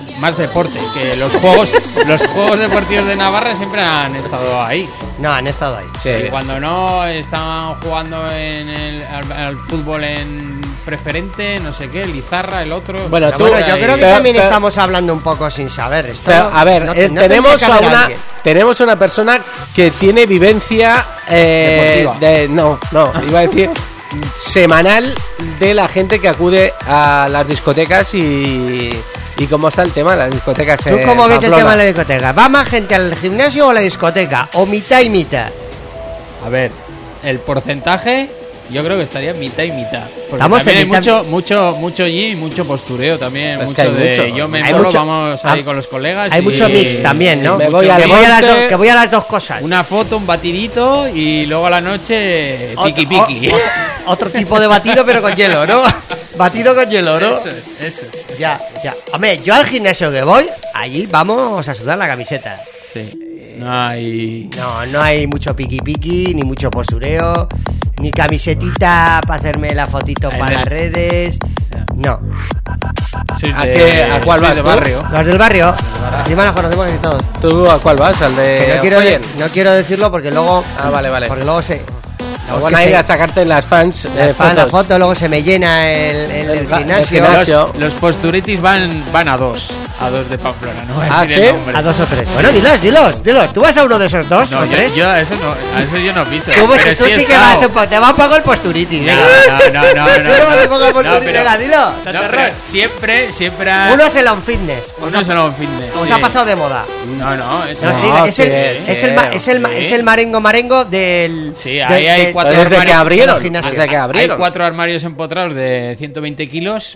más deporte, que los juegos los juegos deportivos de Navarra siempre han estado ahí. No, han estado ahí. Sí, Y cuando no estaban jugando en el al, al fútbol en preferente, no sé qué, Lizarra, el otro. Bueno, Pero tú- bueno, yo creo que pero- también pero- estamos hablando un poco sin saber. Esto Pero, no- a ver, no- eh, no tenemos tendría que a haber una alguien. tenemos una persona que tiene vivencia eh, Deportiva. de no, no, iba a decir semanal de la gente que acude a las discotecas y y cómo está el tema de las discotecas. ¿Tú en cómo ves el Pamplona. tema de la discoteca? ¿Va más gente al gimnasio o a la discoteca? ¿O mitad y mitad? A ver, el porcentaje yo creo que estaría mitad y mitad. Porque Estamos también en hay mitad- mucho, mucho, mucho gym y mucho postureo también. Es mucho que hay de mucho. yo me Hay solo, mucho- vamos ahí ah, con los colegas. Hay y- mucho mix también, ¿no? me que, voy al voy a las monte. do- que voy a las dos cosas. Una foto, un batidito y luego a la noche Ot- piqui piqui. o- o- otro tipo de batido, pero con hielo, ¿no? Batido con hielo, ¿no? Eso es, eso es. Ya, ya. Hombre, yo al gimnasio que voy, allí vamos a sudar la camiseta. Sí. No hay. No, no hay mucho piqui piqui, ni mucho postureo, ni camisetita para hacerme la fotito En para el- las redes. Ya. No. Sois ¿A de- qué- a cuál sois vas de tú? barrio? Los del barrio, encima nos conocemos casi todos. ¿Tú a cuál vas? ¿Al de Que no quiero, Oyen? no quiero decirlo porque luego. Ah, vale, vale. Porque luego se. Nos luego van es a que ir se- a sacarte las fans las eh, fan, la fotos. foto, luego se me llena el, el- el El ga- el gimnasio. gimnasio. Los, los posturitis van, van a dos. A dos de Pamplona, ¿no? voy a Ah, decir el ¿sí? nombre. A dos o tres. Bueno, dilos, dilos, dilos. ¿Tú vas a uno de esos dos No, o yo, tres? yo a eso no, a eso yo no piso. Tú, pues, pero tú sí he sí que estado. vas un poco, te va un poco el posturitis. No, venga. no, no, no, no. Tú no vas un poco el no, posturitis, pero- venga, dilo. No, tontorrón. pero siempre, siempre ha... Uno es el on fitness. Os, Uno ha, es el on fitness. os sí. ha pasado de moda. No, no, eso No, no. sí, No, es, sí, el, sí, es, el, ma- es, el, ma- sí. es el marengo marengo del. Sí, de- ahí hay de- cuatro de- Desde armarios que de abrieron, los gimnasios. desde que Hay abrieron. cuatro armarios empotrados de ciento veinte kilos.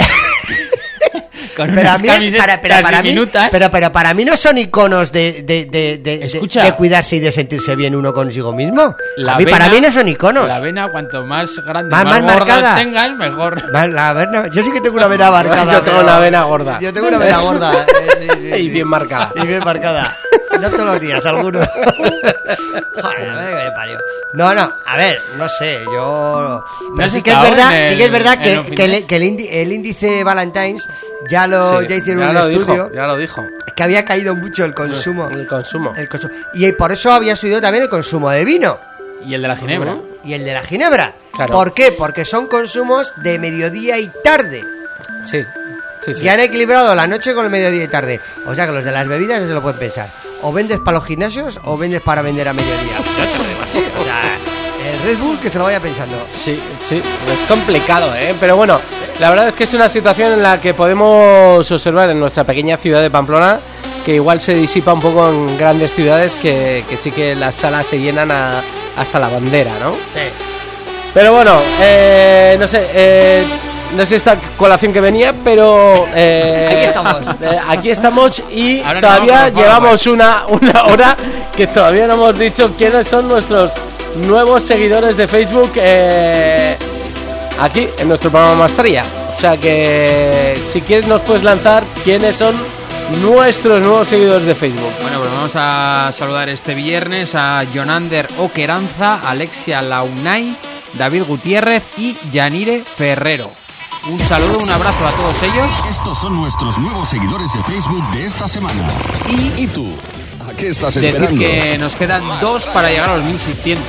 Con Pero a unas mí, es- camisetas para, pero, para mí, diminutas. pero, pero para mí no son iconos de, de, de, de, de- Escucha. de cuidarse y de sentirse bien uno consigo mismo. La a mí, para vena- mí no son iconos. La vena, cuanto más grande, Más- más, más gordas marcada. tengas, mejor. Va, la vena- yo sí que tengo una vena marcada. Yo tengo pero- una vena gorda. Yo tengo una vena gorda. eh, sí, sí, Y sí. bien marcada. Y bien marcada. No todos los días, algunos. Joder, a ver qué me parió. No, no, a ver, no sé, yo. Pero has sí que es estado verdad, en sí que es el- verdad en que, los que, el, fitness? que el, indi- el índice Valentine's ya lo Sí, ya hicieron ya un lo estudio dijo, ya lo dijo. que había caído mucho el consumo. El consumo. El consumo. Y por eso había subido también el consumo de vino. Y el de la ginebra. Y el de la ginebra. Claro. ¿Por qué? Porque son consumos de mediodía y tarde. Sí. Sí, sí. Y han equilibrado la noche con el mediodía y tarde. O sea que los de las bebidas no se lo pueden pensar. O vendes para los gimnasios o vendes para vender a mediodía. Yo te lo digo así. O sea, el Red Bull que se lo vaya pensando. Sí, sí, es complicado, ¿eh? Pero bueno, la verdad es que es una situación en la que podemos observar en nuestra pequeña ciudad de Pamplona que igual se disipa un poco en grandes ciudades que, que sí que las salas se llenan a- hasta la bandera, ¿no? Sí. Pero bueno, eh, no sé, eh, no sé esta colación que venía, pero eh, Aquí estamos. eh, aquí estamos y Ahora nos todavía vamos con los llevamos una, una hora que todavía no hemos dicho quiénes son nuestros nuevos seguidores de Facebook eh, aquí en nuestro programa Maestría. O sea que si quieres nos puedes lanzar quiénes son nuestros nuevos seguidores de Facebook. Bueno, pues vamos a saludar este viernes a Jonander Oqueranza, Alexia Launay, David Gutiérrez y Yanire Ferrero. Un saludo, un abrazo a todos ellos. Estos son nuestros nuevos seguidores de Facebook de esta semana. ¿Y, ¿Y tú? ¿A qué estás Decir esperando? que nos quedan dos para llegar a los mil seiscientos.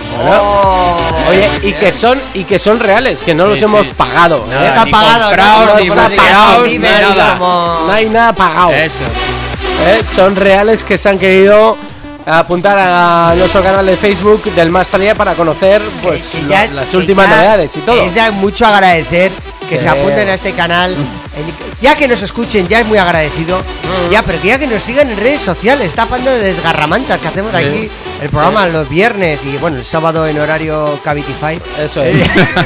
Oye, y que son y que son reales, que no los Sí, hemos sí. pagado. Nada, ¿eh? Está ni pagado, comprados, ¿no? ni Como la bloqueados, Justin ni Bieber, nada. como- No hay nada pagado. Eso. ¿eh? Son reales que se han querido apuntar a nuestro canal de Facebook del Maestría para conocer pues que lo- ya- las que últimas ya novedades y todo. Es ya mucho agradecer que Sí. se apunten a este canal. En- Ya que nos escuchen, ya es muy agradecido. Ya, pero que ya que nos sigan en redes sociales. Está hablando de desgarramantas que hacemos Sí. aquí. El programa los viernes y bueno, el sábado en horario Cabify. Eso es.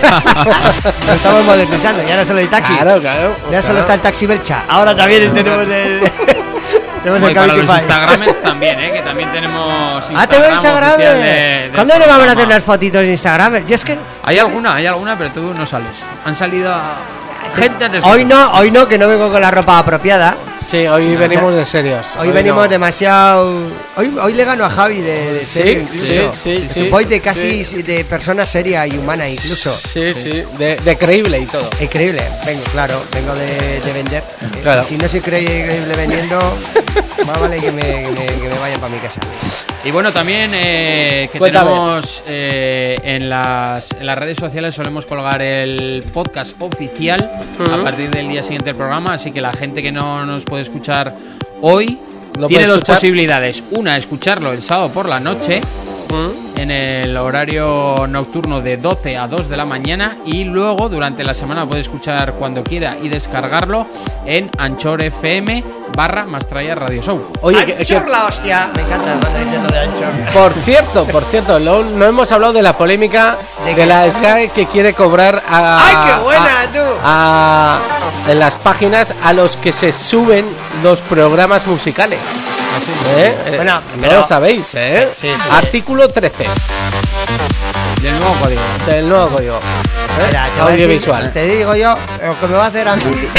Lo estamos modernizando, ya no solo hay taxi. Claro, claro. Ya solo está el taxi Belcha. Ahora también tenemos el. tenemos Bueno, el y para los Cabify. Instagrames también, ¿eh? Que también tenemos Instagram. Ah, tenemos Instagram. oficial de- del ¿Cuándo nos vamos a hacer programa. unas fotitos de Instagram? Yo es que. Hay alguna, hay alguna, pero tú no sales. Han salido a- gente antes de- Hoy no, hoy no, que no vengo con la ropa apropiada. Sí, hoy venimos de serios. Hoy, venimos no. demasiado Hoy, hoy le gano a Javi de, de serio, Sí, incluso. sí, sí, Es sí. un boy de casi Sí. de persona seria y humana incluso. Sí, sí, de, de creíble y todo. Increíble, vengo, claro, vengo de, de vender. Claro. Si no soy creíble vendiendo, más vale que me, que me, que me vayan para mi casa. Y bueno, también eh, que Cuéntame. tenemos eh, en, las, en las redes sociales solemos colgar el podcast oficial a partir del día siguiente del programa, así que la gente que no nos puede escuchar hoy Lo tiene puede dos escuchar. posibilidades. Una, escucharlo el sábado por la noche en el horario nocturno de doce a dos de la mañana, y luego durante la semana puede escuchar cuando quiera y descargarlo en Anchor F M barra Mastraya Radio Show. Oye, que- que- Anchor la hostia, me encanta cuando dices lo de Anchor. por cierto, por cierto, no, no hemos hablado de la polémica ¿De de, qué? la Sky que quiere cobrar a, ¡Ay, qué buena, a- tú! a- en las páginas a los que se suben los programas musicales. ¿Eh? Eh, Bueno, no pero- lo sabéis, ¿eh? Sí, sí. Artículo trece Del nuevo código. del nuevo código. ¿eh? Mira, te voy a decir- Audiovisual. Te digo yo, lo que me va a hacer a mí.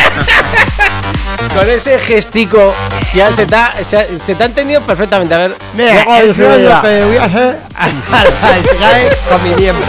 Con ese gestico ya se te, ha, se, se te ha entendido perfectamente. A ver, Mira, luego el dice, rollo mira, que voy a hacer a la Sky con mi miembro.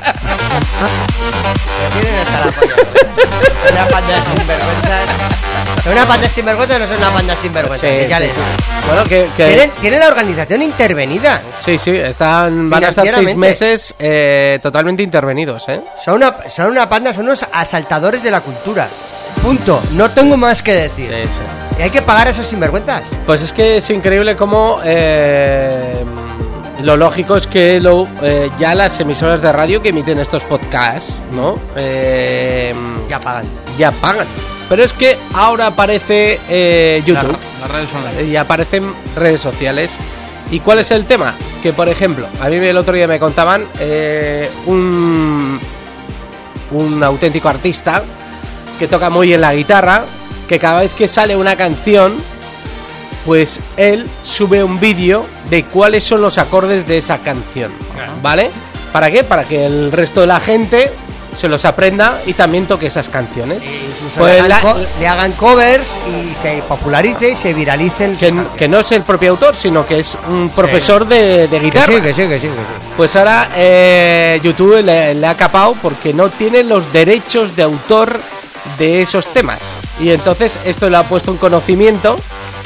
Tienen hasta la polla. Una panda de sinvergüenzas. Una panda de sinvergüenzas no son una panda de sinvergüenzas. Sí, que ya sí, les sí. digo. Bueno, que, que- Tienen, tienen la organización intervenida. sí, sí, están, van a estar seis Financieramente. meses eh, totalmente intervenidos, ¿eh? Son una, son una panda, son unos asaltadores de la cultura. Punto. No tengo más que decir. Sí, sí. Y hay que pagar a esos sinvergüenzas. Pues es que es increíble cómo eh, lo lógico es que lo, eh, ya las emisoras de radio que emiten estos podcasts, ¿no? Eh, Ya pagan. ya pagan. Pero es que ahora aparece eh, YouTube. La- las redes online. Y aparecen redes sociales. ¿Y cuál es el tema? Que por ejemplo, a mí el otro día me contaban eh, un, un auténtico artista que toca muy bien la guitarra, que cada vez que sale una canción, pues él sube un vídeo de cuáles son los acordes de esa canción, ¿vale? ¿Para qué? Para que el resto de la gente se los aprenda y también toque esas canciones. Incluso Pues le, hagan la- co- le hagan covers y se popularice y se viralicen. que, que no es el propio autor, sino que es un profesor de, de Que guitarra. sí, que sí, que sí, que sí. Pues ahora eh, YouTube le, le ha capado porque no tiene los derechos de autor de esos temas. Y entonces esto lo ha puesto en conocimiento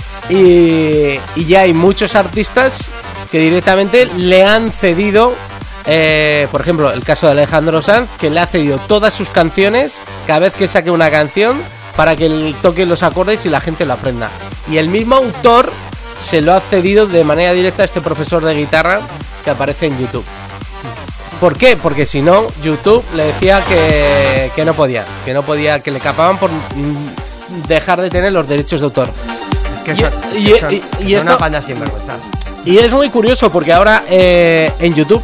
y, y ya hay muchos artistas que directamente le han cedido, eh, por ejemplo, el caso de Alejandro Sanz, que le ha cedido todas sus canciones cada vez que saque una canción para que él toque los acordes y la gente lo aprenda. Y el mismo autor se lo ha cedido de manera directa a este profesor de guitarra que aparece en YouTube. ¿Por qué? Porque si no, YouTube le decía que, que no podía, que no podía, que le capaban por mm, dejar de tener los derechos de autor. Es que Y- son, y- que son- y- que y son esto- una panda sinvergüenzas. Y es muy curioso porque ahora eh, en YouTube,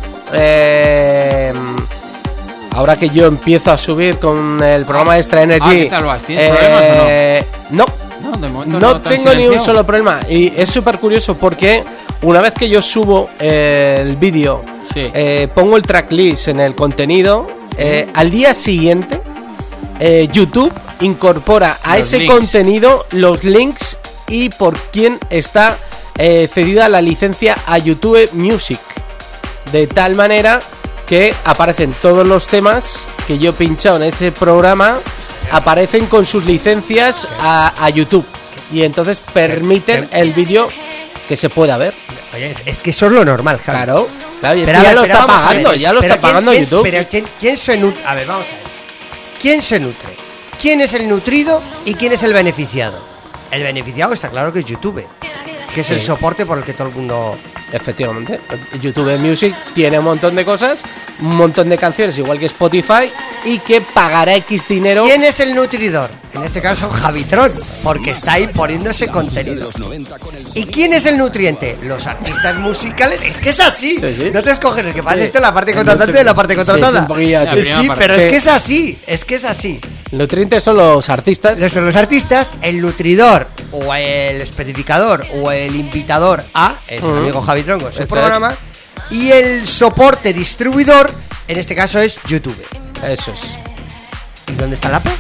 eh, ahora que yo empiezo a subir con el programa Extra Energy, Ah, ¿qué tal vas? ¿Tienes problemas o no? eh, no, No, de momento no te han tengo ni un silenciado. solo problema. Y es súper curioso porque una vez que yo subo eh, el vídeo, Sí. eh, pongo el tracklist en el contenido, eh, al día siguiente eh, YouTube incorpora a Los ese links. contenido los links y por quién está eh, cedida la licencia a YouTube Music. De tal manera que aparecen todos los temas que yo he pinchado en ese programa, aparecen con sus licencias a, a YouTube. Y entonces permiten el vídeo que se pueda ver. Oye, es, es que eso es lo normal, Javi. Claro, claro, y es Pero que a ya ver, lo pero está vamos a pagando, ver, ya lo pero está ¿quién- pagando quién- YouTube. Pero ¿quién, quién se nutre? A ver, vamos a ver. ¿Quién se nutre? ¿Quién es el nutrido y quién es el beneficiado? El beneficiado está claro que es YouTube, que es Sí. el soporte por el que todo el mundo... Efectivamente, YouTube Music tiene un montón de cosas, un montón de canciones, igual que Spotify, y que pagará X dinero. ¿Quién es el nutridor? En este caso, Javitron, porque está ahí poniéndose contenido. ¿Y quién es el nutriente? Los artistas musicales. Es que es así. Sí, sí. No te escoges el que pasa Sí. esto, la parte El contratante de la parte nutri- contratada. sí, es un poquillo así. Sí, La primera sí, parte. pero Sí. es que es así. Es que es así. Los nutrientes son los artistas. Son los artistas, el nutridor o el especificador o el invitador a, es el Ujú. amigo Javitron con su Eso programa, y el soporte distribuidor, en este caso es YouTube. Eso es. ¿Y dónde está la paga?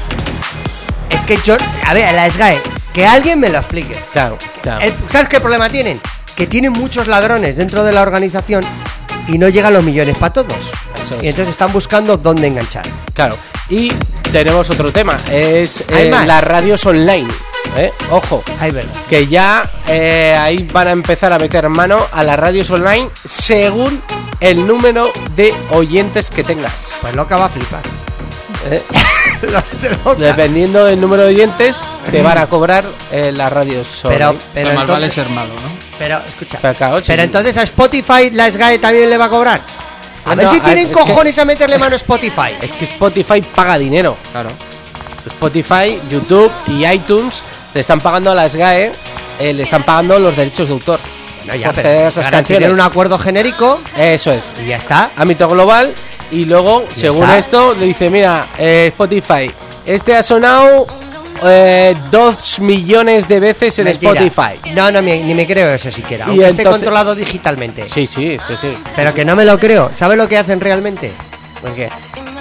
Es que yo, a ver, la S G A E, que alguien me lo explique. Claro, claro. El- ¿Sabes qué problema tienen? que tienen muchos ladrones dentro de la organización y no llegan los millones para todos. Eso es. Y entonces están buscando dónde enganchar. Claro. Y tenemos otro tema, es ¿Hay eh, más? las radios online. ¿eh? Ojo, Ay, verdad. que ya eh, ahí van a empezar a meter mano a las radios online según el número de oyentes que tengas. Pues loca va a flipar. ¿eh? Loca. Dependiendo del número de oyentes, te van a cobrar eh, las radios Pero, online. pero Pero más vale entonces, ser malo, ¿no? pero escucha. Pero claro, sí. Pero entonces a Spotify la S G A E también le va a cobrar. A Bueno, ver si a- tienen es cojones que- a meterle mano a Spotify. Es que Spotify paga dinero. Claro. Spotify, YouTube y iTunes le están pagando a la S G A E, eh, le están pagando los derechos de autor. No, ya, por pero ceder esas ahora canciones. tienen un acuerdo genérico Eso es. y ya está. Ámbito global. Y luego, Ya según está. esto, le dice, mira, eh, Spotify, este ha sonado eh, dos millones de veces en Mentira. Spotify. No, no, me- ni me creo eso siquiera. Y Aunque esté entonces- controlado digitalmente. Sí, sí, sí, sí. Pero que no me lo creo. ¿Sabes lo que hacen realmente? ¿Por qué?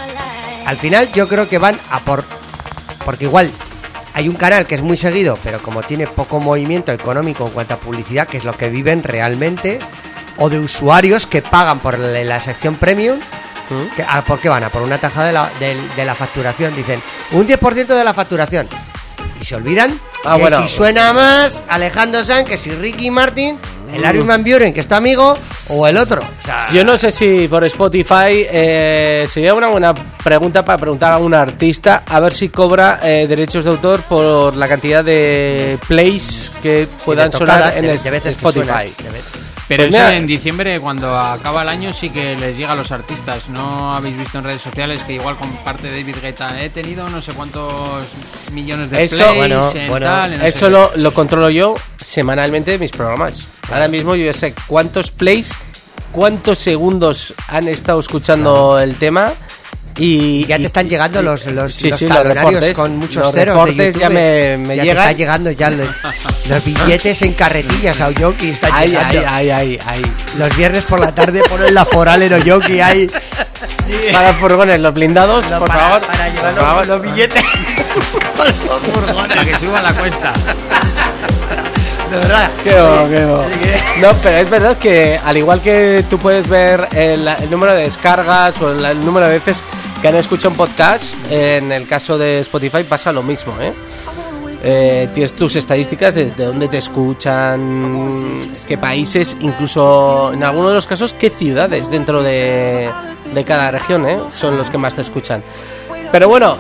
Al final yo creo que van a por... Porque igual hay un canal que es muy seguido, pero como tiene poco movimiento económico en cuanto a publicidad, que es lo que viven realmente, o de usuarios que pagan por la, la sección premium, ¿Mm? que, ¿a por qué van? A por una tajada de la, de, de la facturación. Dicen, un diez por ciento de la facturación. Y se olvidan Ah, que bueno. si suena más Alejandro Sanz, que si Ricky Martin, el Armin Van Buren, que es tu amigo, o el otro. O sea, Yo no sé si por Spotify eh, sería una buena pregunta para preguntar a un artista a ver si cobra eh, derechos de autor por la cantidad de plays que puedan de sonar tocadas, en de- es- de veces que Spotify. suena, de veces. Pero Pues eso mira- en diciembre, cuando acaba el año, sí que les llega a los artistas. ¿No habéis visto en redes sociales que igual comparte David Guetta? He tenido no sé cuántos millones de Eso- plays bueno, en bueno, tal, en no sé Eso qué. lo, lo controlo yo semanalmente de mis programas. Ahora mismo yo ya sé cuántos plays, cuántos segundos han estado escuchando el tema y Ya te y- están llegando los, los, sí, los sí, los talonarios reportes. con muchos Los ceros reportes de YouTube. ya me- me ya te llegan. está llegando ya los, los billetes en carretillas a Oyoki están Ay, llegando. ay, ay, ay, ay. Los viernes por la tarde ponen la foral en Oyoki ahí. Para furgones, los blindados, No, por para, favor. para llevar por favor. los, los billetes con los furgones. Para que suba la cuesta. De verdad. Qué bueno, qué bueno. Así que- No, pero es verdad que al igual que tú puedes ver el, el número de descargas o el, el número de veces que han escuchado un podcast, en el caso de Spotify pasa lo mismo, ¿eh? Eh, tienes tus estadísticas desde dónde te escuchan, qué países, incluso en algunos de los casos qué ciudades dentro de, de cada región, ¿eh? Son los que más te escuchan. Pero bueno,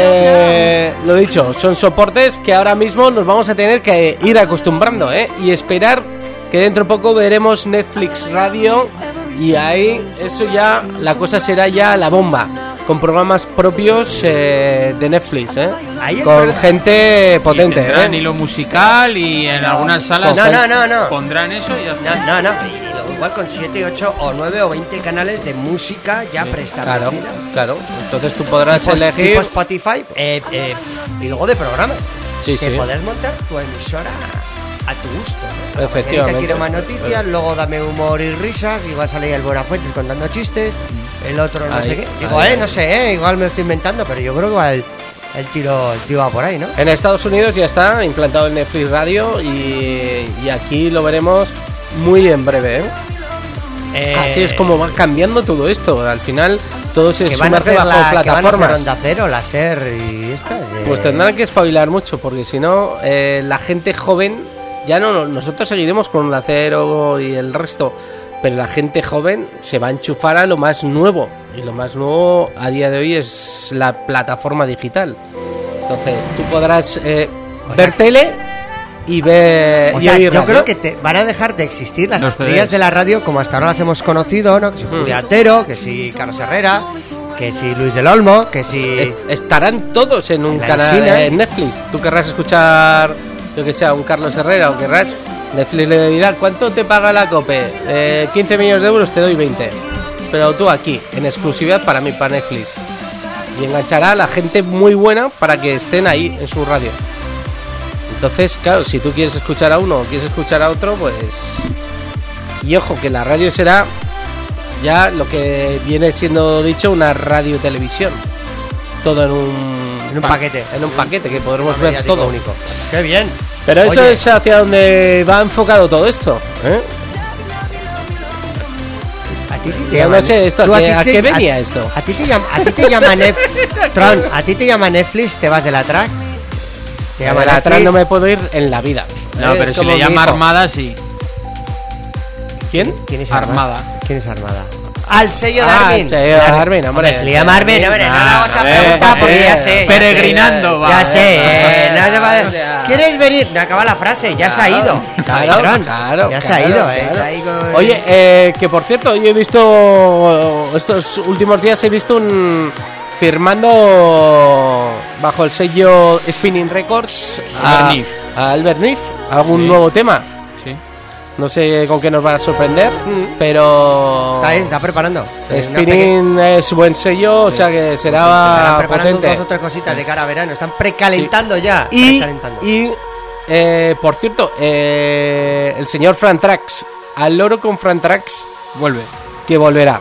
eh, lo dicho, son soportes que ahora mismo nos vamos a tener que ir acostumbrando, ¿eh? Y esperar que dentro de poco veremos Netflix Radio y ahí eso ya, la cosa será ya la bomba, con programas propios eh, de Netflix, ¿eh? Ahí el Con problema- gente potente, Y tendrán ¿eh? hilo musical y en algunas salas No, no, no, no. pondrán eso y ya está. No, no, no. Y luego igual con siete, ocho o nueve o veinte canales de música ya Claro, preestablecidos. claro. Entonces tú podrás Tipo- elegir. tipo Spotify eh, eh, y luego de programas. Sí, que sí. poder montar tu emisora a tu gusto, ¿no? La Efectivamente. mañanita quiero más noticias, luego dame humor y risas, igual sale el Buenafuentes contando chistes, el otro no Ahí, sé qué. Digo, ahí, eh, ahí. no sé, eh, igual me lo estoy inventando, pero yo creo que va el, el tiro el tiro va por ahí, ¿no? En Estados Unidos ya está implantado el Netflix Radio y, y aquí lo veremos muy en breve, ¿eh? Eh, Así es como va cambiando todo esto. Al final todo se que van a sumerge hacer bajo la, que van a hacer plataformas. Onda Cero, la SER y estas. eh. Pues tendrán que espabilar mucho porque si no, eh, la gente joven, ya no, nosotros seguiremos con Onda Cero y el resto, pero la gente joven se va a enchufar a lo más nuevo y lo más nuevo a día de hoy es la plataforma digital. Entonces tú podrás eh, O ver sea- tele y ver O y sea, oír yo radio. creo que te van a dejar de existir las Los estrellas C Ds. de la radio como hasta ahora las hemos conocido, ¿no? Que si Mm. Julia Otero, que si Carlos Herrera, que si Luis del Olmo, que si... Eh, estarán todos en un En la canal Encina. en Netflix. Tú querrás escuchar, yo que sea, un Carlos Herrera o querrás, Netflix le dirá, ¿cuánto te paga la COPE? Eh, quince millones de euros, te doy veinte. Pero tú aquí, en exclusividad para mí, para Netflix. Y enganchará a la gente muy buena para que estén ahí en su radio. Entonces, claro, si tú quieres escuchar a uno o quieres escuchar a otro, pues... Y ojo, que la radio será ya lo que viene siendo dicho una radio-televisión. Todo en un En un paquete. En un paquete que podremos Un ver mediático todo. único. Qué bien. Pero eso Oye. es hacia donde va enfocado todo esto, ¿eh? A ti te Yo llaman- no sé, esto, tú ¿a ti qué- a te- qué venía esto? A ti te llama, a ti te llama Netflix. Tron, a ti te llama Netflix, te vas de la track. Te llama De atrás Netflix. no me puedo ir en la vida. No, ¿eh? pero Es si como le mi llama hijo. Armada, sí. ¿Quién? ¿Quién es Armada. Armada? ¿Quién es Armada? Al sello de Ah, Armin. el sello de Armin, hombre. Se le llama Armin, hombre. No le Ah, vamos a a ver, preguntar porque ya eh, sé. ya peregrinando, sé, va. Ya sé, eh, no te va a- O sea. ¿Quieres venir? No acaba la frase, ya se ha ido. Claro, Cabrón. claro, Ya se claro, ha ido, eh. claro. Se ha ido, eh. Oye, eh, que por cierto, yo he visto estos últimos días he visto un firmando bajo el sello Spinning Records a Albert Neef. a Albert Neef, algún Sí. nuevo tema. Sí. No sé con qué nos va a sorprender, pero Está, ahí, está preparando. Sí, una Spinning es buen sello, o sea que Estarán será preparando potente. dos o tres cositas de cara a verano. Están precalentando ya. Y, Precalentando. y eh, por cierto, eh, el señor Frantrax, al loro con Frantrax, Vuelve. que volverá.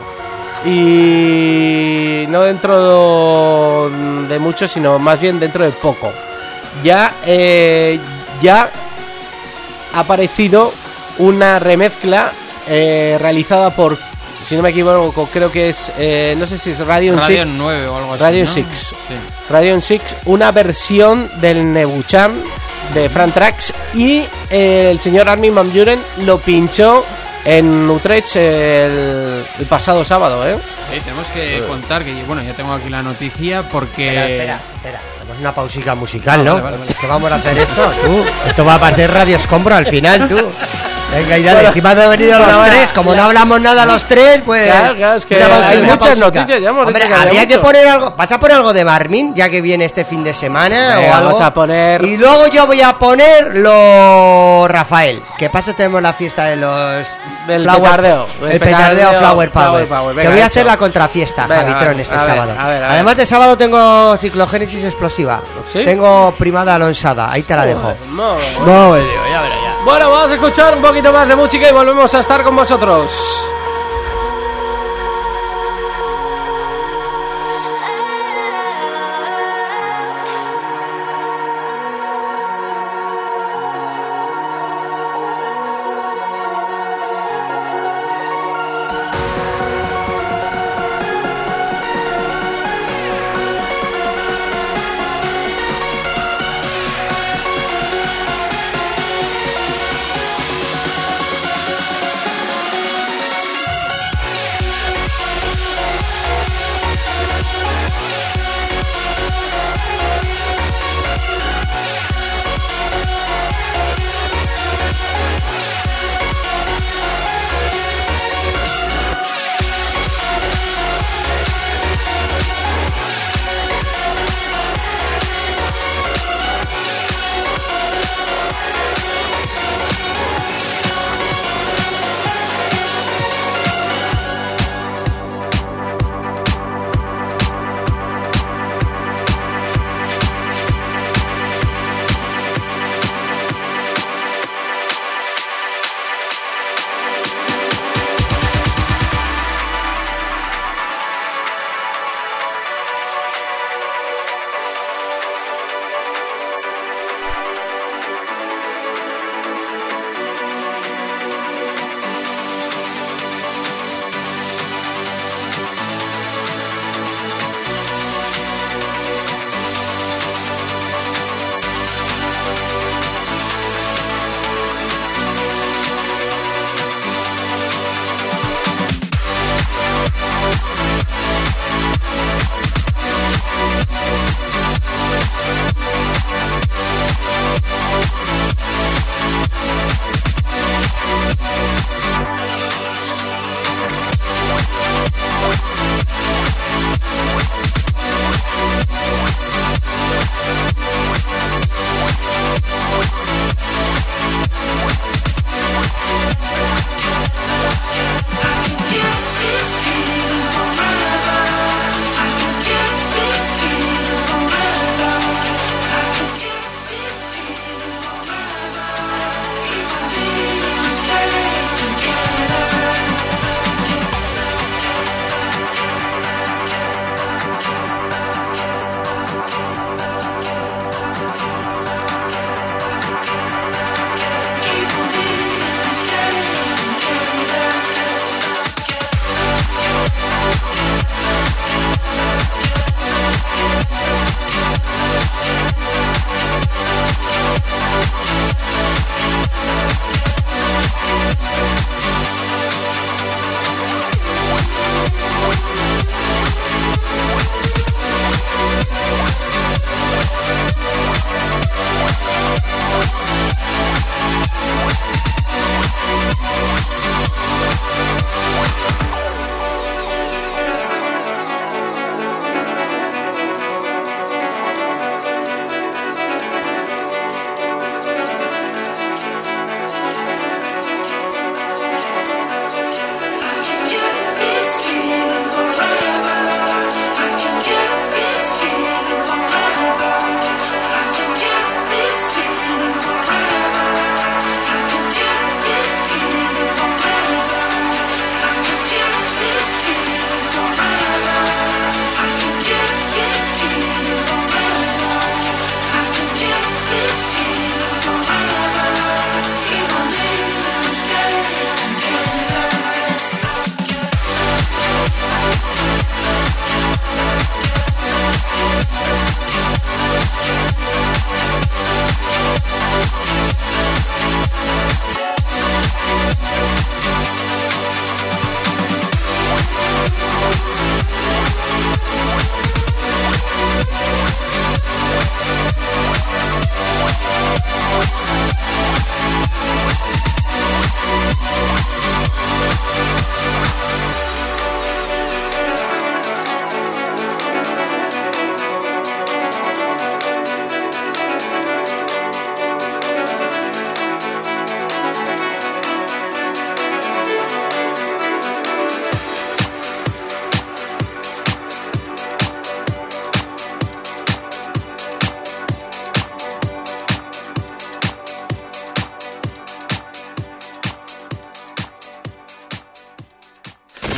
Y no dentro de mucho, sino más bien dentro de poco. Ya, eh, ya ha aparecido una remezcla eh, realizada por, si no me equivoco, creo que es, eh, no sé si es Radion Radio Six. nueve o algo así. Radio ¿no? Six. Sí. Radion Six, una versión del Nebuchan de Frantrax y eh, el señor Armin van Buuren lo pinchó en Utrecht el, el pasado sábado, ¿eh? Sí, tenemos que contar que, bueno, ya tengo aquí la noticia porque... Espera, espera, espera. Hacemos una pausica musical, ¿no? Vale, vale, vale. ¿Qué vamos a hacer esto? Tú, esto va a parecer Radio Escombro al final, tú. Venga, y dale, encima me han venido los bueno, tres. Como no hablamos nada los tres, pues. Claro, claro, es que una pausa- hay una muchas pausica. noticias, ya hemos Hombre, dicho que había habría que mucho. poner algo. ¿Vas a poner algo de Marmin, ya que viene este fin de semana Venga, o algo? vamos a poner- Y luego yo voy a poner lo Rafael. Que pasa, tenemos la fiesta de los. Del petardeo, El el petardeo petardeo, Flower Power. Flower Power, Que venga, voy a hecho. hacer la contrafiesta, Venga, Javitrón, vale, este a ver, sábado. a ver, a ver. Además de sábado tengo ciclogénesis explosiva. ¿Sí? Tengo primada alonsada. Ahí te la dejo. No, No, me digo, ya verás ya. Bueno, vamos a escuchar un poquito más de música y volvemos a estar con vosotros. Thank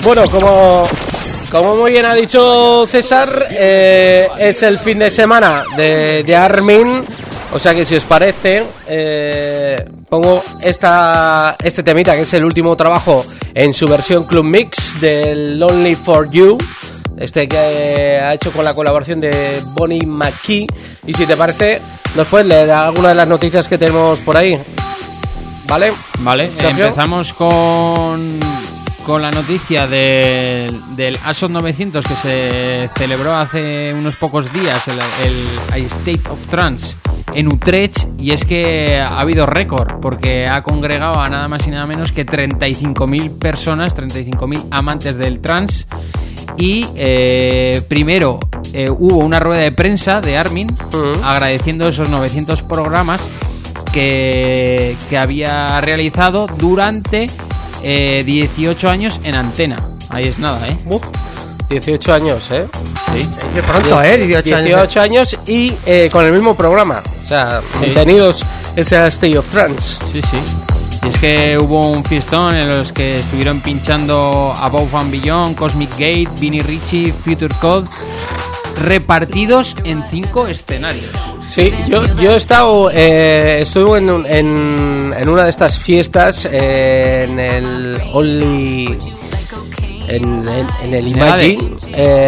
Bueno, como, como muy bien ha dicho César, eh, es el fin de semana de, de Armin. O sea que si os parece, eh, pongo esta, este temita, que es el último trabajo en su versión Club Mix del Lonely for You. Este que ha hecho con la colaboración de Bonnie McKee. Y si te parece, nos puedes leer alguna de las noticias que tenemos por ahí. ¿Vale? Vale, Sergio. Empezamos con, con la noticia de, del ASOT novecientos que se celebró hace unos pocos días, el, el State of Trance en Utrecht, y es que ha habido récord porque ha congregado a nada más y nada menos que treinta y cinco mil personas, treinta y cinco mil amantes del trance. Y eh, primero eh, hubo una rueda de prensa de Armin uh-huh. agradeciendo esos novecientos programas que, que había realizado durante eh, dieciocho años en antena. Ahí es nada, ¿eh? Uh, dieciocho años, ¿eh? Sí. De pronto, ¿eh? dieciocho, dieciocho años y eh, con el mismo programa. O sea, sí. Mantenidos ese State of Trance. Sí, sí. Y es que hubo un fiestón en los que estuvieron pinchando Above and Beyond, Cosmic Gate, Vinnie Ricci, Future Code, repartidos en cinco escenarios. Sí, yo, yo he estado, eh, estuve en, en, en una de estas fiestas, eh, en el Only, en, en, en el Imagine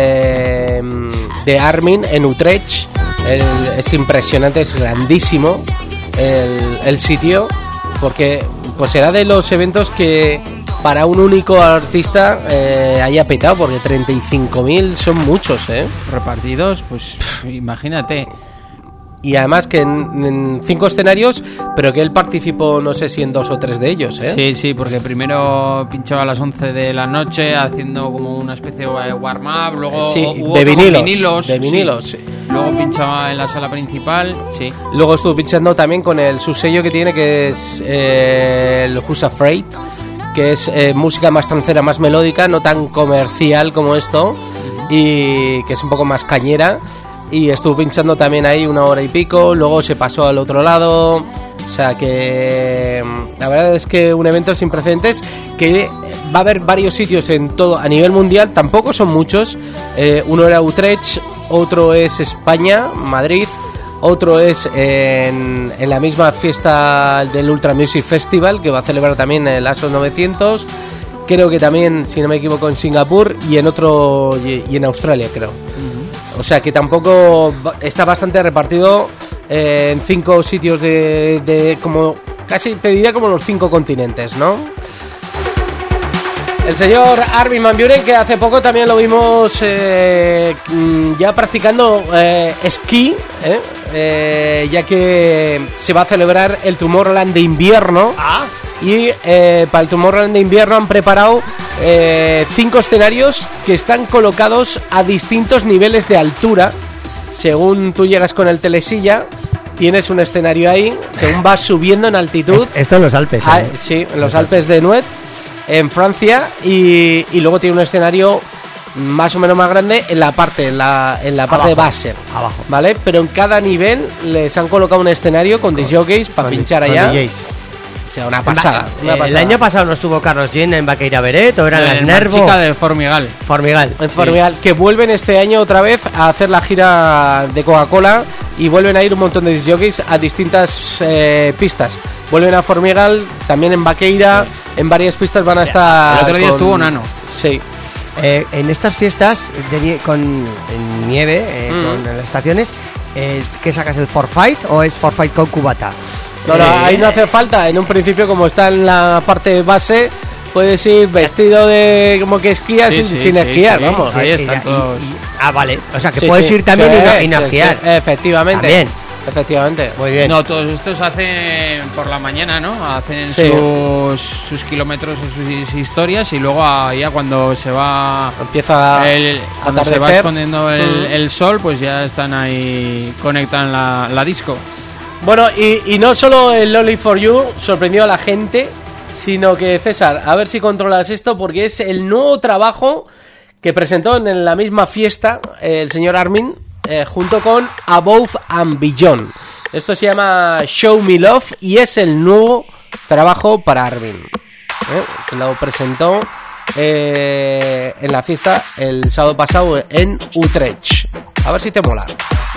eh, de Armin en Utrecht. El, es impresionante, es grandísimo el, el sitio, porque pues será de los eventos que para un único artista eh, haya petado, porque treinta y cinco mil son muchos, ¿eh? Repartidos, pues imagínate. Y además que en, en cinco escenarios, pero que él participó, no sé si en dos o tres de ellos, ¿eh? Sí, sí, porque primero pinchaba a las once de la noche haciendo como una especie de warm-up, luego sí, hubo de vinilos, vinilos, de vinilos. Sí. Luego pinchaba en la sala principal, sí. Luego estuvo pinchando también con el subsello que tiene, que es eh, el Who's Afraid, que es eh, música más trancera, más melódica, no tan comercial como esto, y que es un poco más cañera. Y estuvo pinchando también ahí una hora y pico, luego se pasó al otro lado. O sea que la verdad es que un evento sin precedentes, que va a haber varios sitios en todo a nivel mundial, tampoco son muchos. Eh, uno era Utrecht, otro es España, Madrid, otro es en, en la misma fiesta del Ultra Music Festival, que va a celebrar también el ASOT novecientos. Creo que también, si no me equivoco, en Singapur y en otro y, y en Australia, creo. O sea que tampoco está bastante repartido eh, en cinco sitios de, de como casi te diría como los cinco continentes, ¿no? El señor Armin van Buuren, que hace poco también lo vimos eh, ya practicando eh, esquí, eh, eh, ya que se va a celebrar el Tomorrowland de invierno. Ah. Y eh, para el Tomorrowland de invierno han preparado eh, cinco escenarios que están colocados a distintos niveles de altura. Según tú llegas con el telesilla, tienes un escenario ahí. Según vas subiendo en altitud, esto en los Alpes, ¿eh? ah, sí, en los Alpes de Nuet, en Francia, y, y luego tiene un escenario más o menos más grande en la parte en la, en la parte abajo, de base, abajo, ¿vale? Pero en cada nivel les han colocado un escenario con disjockeys para pinchar allá. D Js. O sea, una pasada, una eh, pasada. El año pasado no estuvo Carlos Jean en Baqueira Beret, o eran las el Nervo. chica de Formigal. Formigal. En Formigal, sí. Que vuelven este año otra vez a hacer la gira de Coca-Cola y vuelven a ir un montón de discjockeys a distintas eh, pistas. Vuelven a Formigal, también en Baqueira, sí. En varias pistas van a estar. El otro día con... estuvo Nano. Sí. Eh, en estas fiestas de nie- con en nieve, eh, mm. con las estaciones, eh, ¿qué sacas? ¿El Forfight o es Forfight con cubata? No, no, ahí no hace falta. En un principio, como está en la parte base, puedes ir vestido de como que esquías sí, sin, sí, sin sí, esquiar, sí, vamos. Ahí están todos. Y, y, ah, vale. O sea, que sí, puedes sí, ir también sí, y, no, sí, y no esquiar. Sí, efectivamente. También. Efectivamente. Muy bien. No, todos estos hacen por la mañana, ¿no? Hacen sí. sus, sus kilómetros, sus, sus historias, y luego a, ya cuando se va empieza el, a cuando atardecer. Se va escondiendo el, uh-huh. el sol, pues ya están ahí, conectan la, la disco. Bueno, y, y no solo el Lonely for You sorprendió a la gente, sino que, César, a ver si controlas esto, porque es el nuevo trabajo que presentó en la misma fiesta eh, el señor Armin, eh, junto con Above and Beyond. Esto se llama Show Me Love y es el nuevo trabajo para Armin, ¿eh? Que lo presentó eh, en la fiesta el sábado pasado en Utrecht. A ver si te mola.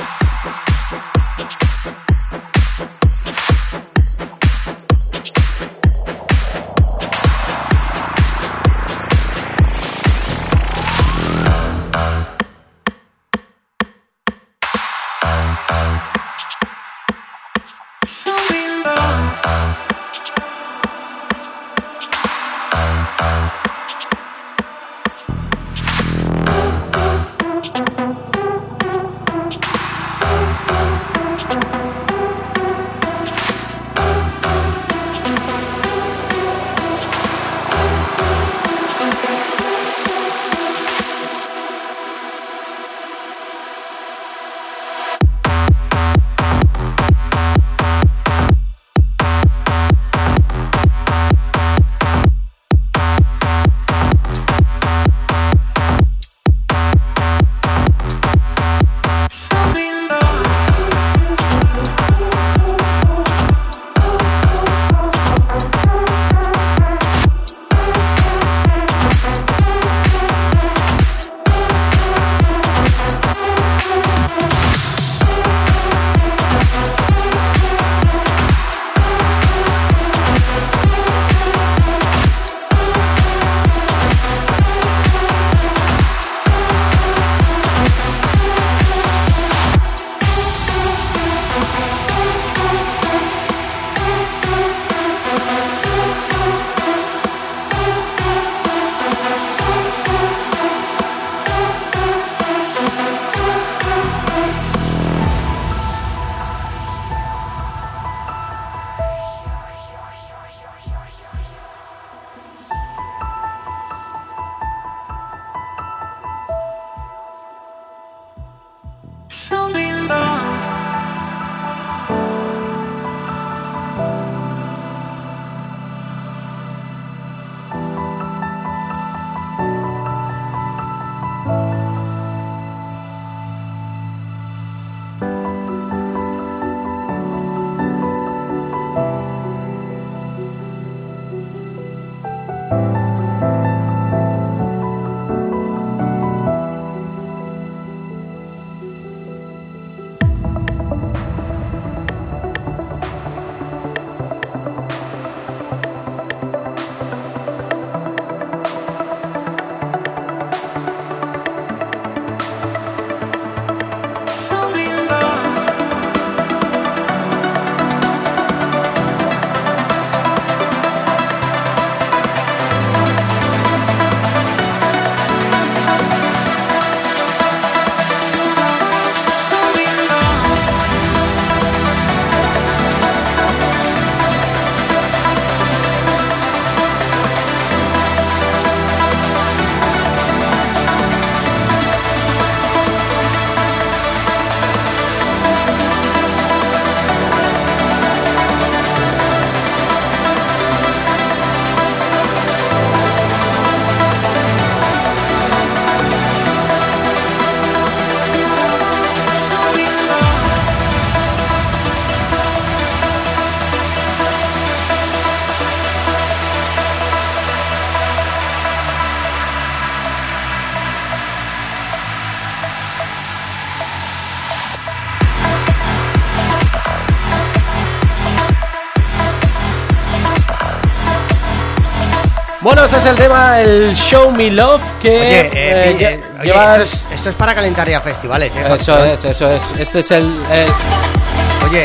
Bueno, este es el tema, el Show Me Love, que Oye, eh, eh, oye, lle- oye, lleva- esto, es, esto es para calentar ya festivales, ¿eh? Eso es, eso es. Este es el... el- Oye,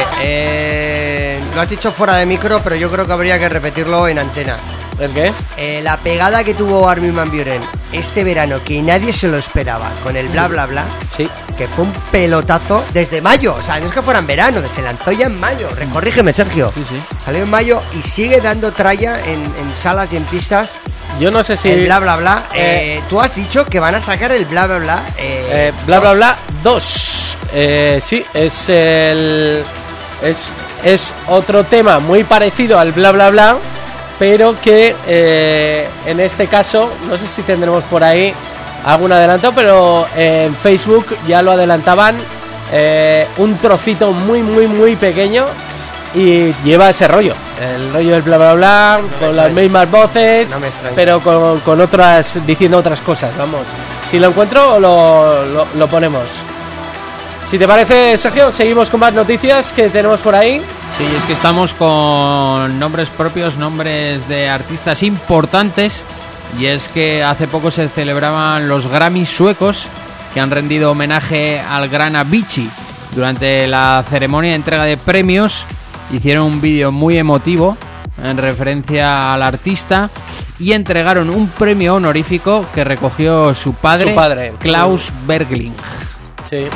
eh, lo has dicho fuera de micro, pero yo creo que habría que repetirlo en antena. ¿El qué? Eh, la pegada que tuvo Armin van Buuren este verano, que nadie se lo esperaba, con el bla bla bla, Sí. que fue un pelotazo desde mayo. O sea, no es que fuera en verano, se lanzó ya en mayo. Recorrígeme, Sergio. Sí, sí. Salió en mayo y sigue dando tralla en, en salas y en pistas. Yo no sé si... El bla bla bla. Eh, Eh, tú has dicho que van a sacar el bla bla bla. Eh, Eh, bla bla bla dos. Eh, sí, es el es, es otro tema muy parecido al bla bla bla, pero que eh, en este caso no sé si tendremos por ahí algún adelanto, pero eh, en Facebook ya lo adelantaban, eh, un trocito muy muy muy pequeño, y lleva ese rollo, el rollo del bla bla bla, no con las mismas voces, no pero con, con otras, diciendo otras cosas, vamos. Si lo encuentro, lo, lo, lo ponemos. Si te parece, Sergio, seguimos con más noticias que tenemos por ahí. Sí, es que estamos con nombres propios, nombres de artistas importantes, y es que hace poco se celebraban los Grammys suecos, que han rendido homenaje al gran Avicii. Durante la ceremonia de entrega de premios hicieron un vídeo muy emotivo en referencia al artista y entregaron un premio honorífico que recogió su padre, su padre. Klaus Bergling. Sí.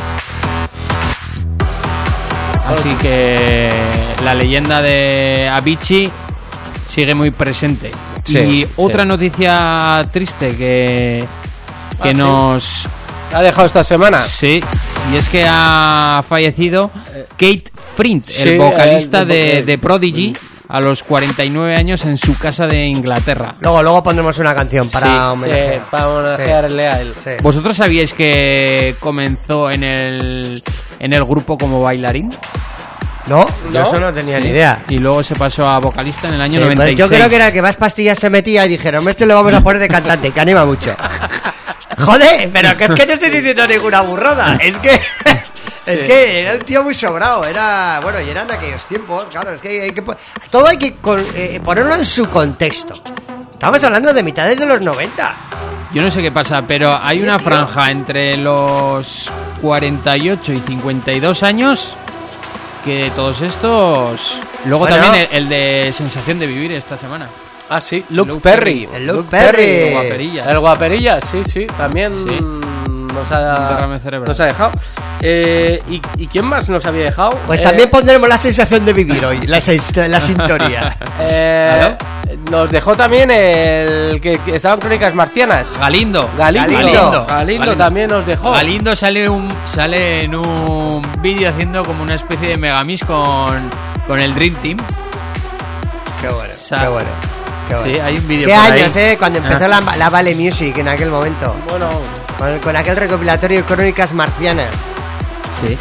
Así que la leyenda de Avicii sigue muy presente. Sí, y sí. otra noticia triste que, que Ah, nos... ¿sí? ¿Ha dejado esta semana? Sí, y es que ha fallecido Kate Frint, Sí, el vocalista el- de, de Prodigy, a los cuarenta y nueve años en su casa de Inglaterra. Luego, luego pondremos una canción para Sí, homenajear. Sí, para homenajearle a él. Sí. ¿Vosotros sabíais que comenzó en el, en el grupo como bailarín? ¿No? Yo ¿No? eso no tenía ni idea. Y luego se pasó a vocalista en el año Sí, noventa y pues seis. yo creo que era el que más pastillas se metía y dijeron, este lo vamos a poner de cantante, que anima mucho. Joder, pero que es que no estoy diciendo ninguna burrada. Es que es que era un tío muy sobrado. Era, bueno, y eran de aquellos tiempos, claro. Es que hay que po- todo hay que con- eh, ponerlo en su contexto. Estamos hablando de mitades de los noventa. Yo no sé qué pasa, pero hay Sí, una tío. franja entre los cuarenta y ocho y cincuenta y dos años que todos estos... Luego Bueno. también el, el de Sensación de Vivir esta semana. Ah, sí, Luke, Luke Perry. Perry. El Luke Perry. El guaperillas. El guaperilla, sí, sí. También Sí. nos ha, Derrame cerebral. nos ha dejado. Eh, ¿y, ¿Y quién más nos había dejado? Pues Eh, también pondremos la sensación de vivir hoy, la, sens- la sintonía. eh, nos dejó también el que, que estaba en Crónicas Marcianas. Galindo. Galindo. Galindo. Galindo también nos dejó. Galindo sale, un, sale en un vídeo haciendo como una especie de megamix con, con el Dream Team. Qué bueno, Sa- qué bueno. Qué, bueno. Sí, hay un vídeo Qué por años, ahí. eh, cuando empezó Ah. la, la Vale Music en aquel momento. Bueno, Con, con aquel recopilatorio de Crónicas Marcianas. Sí.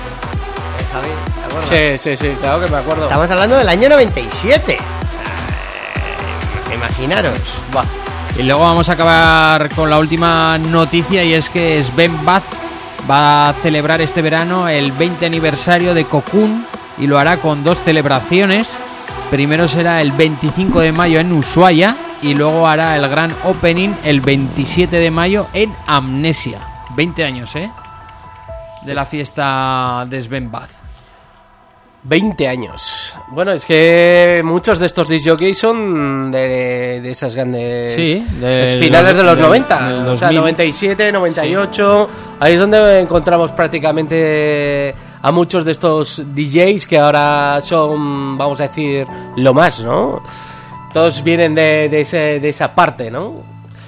sí, sí, sí, claro que me acuerdo. Estamos hablando del año noventa y siete. Eh, Imaginaros. Va. Y luego vamos a acabar con la última noticia, y es que Sven Bath va a celebrar este verano el veinte aniversario de Cocoon, y lo hará con dos celebraciones. Primero será el veinticinco de mayo en Ushuaia y luego hará el gran opening el veintisiete de mayo en Amnesia. veinte años, ¿eh? De la fiesta de Sven Bath. veinte años. Bueno, es que muchos de estos disc jockeys son de, de esas grandes... Sí, es del- finales de los del- noventa. del O sea, dos mil. noventa y siete, noventa y ocho. Ahí es donde encontramos prácticamente a muchos de estos D Js que ahora son, vamos a decir, lo más, ¿no? Todos vienen de, de, ese, de esa parte, ¿no?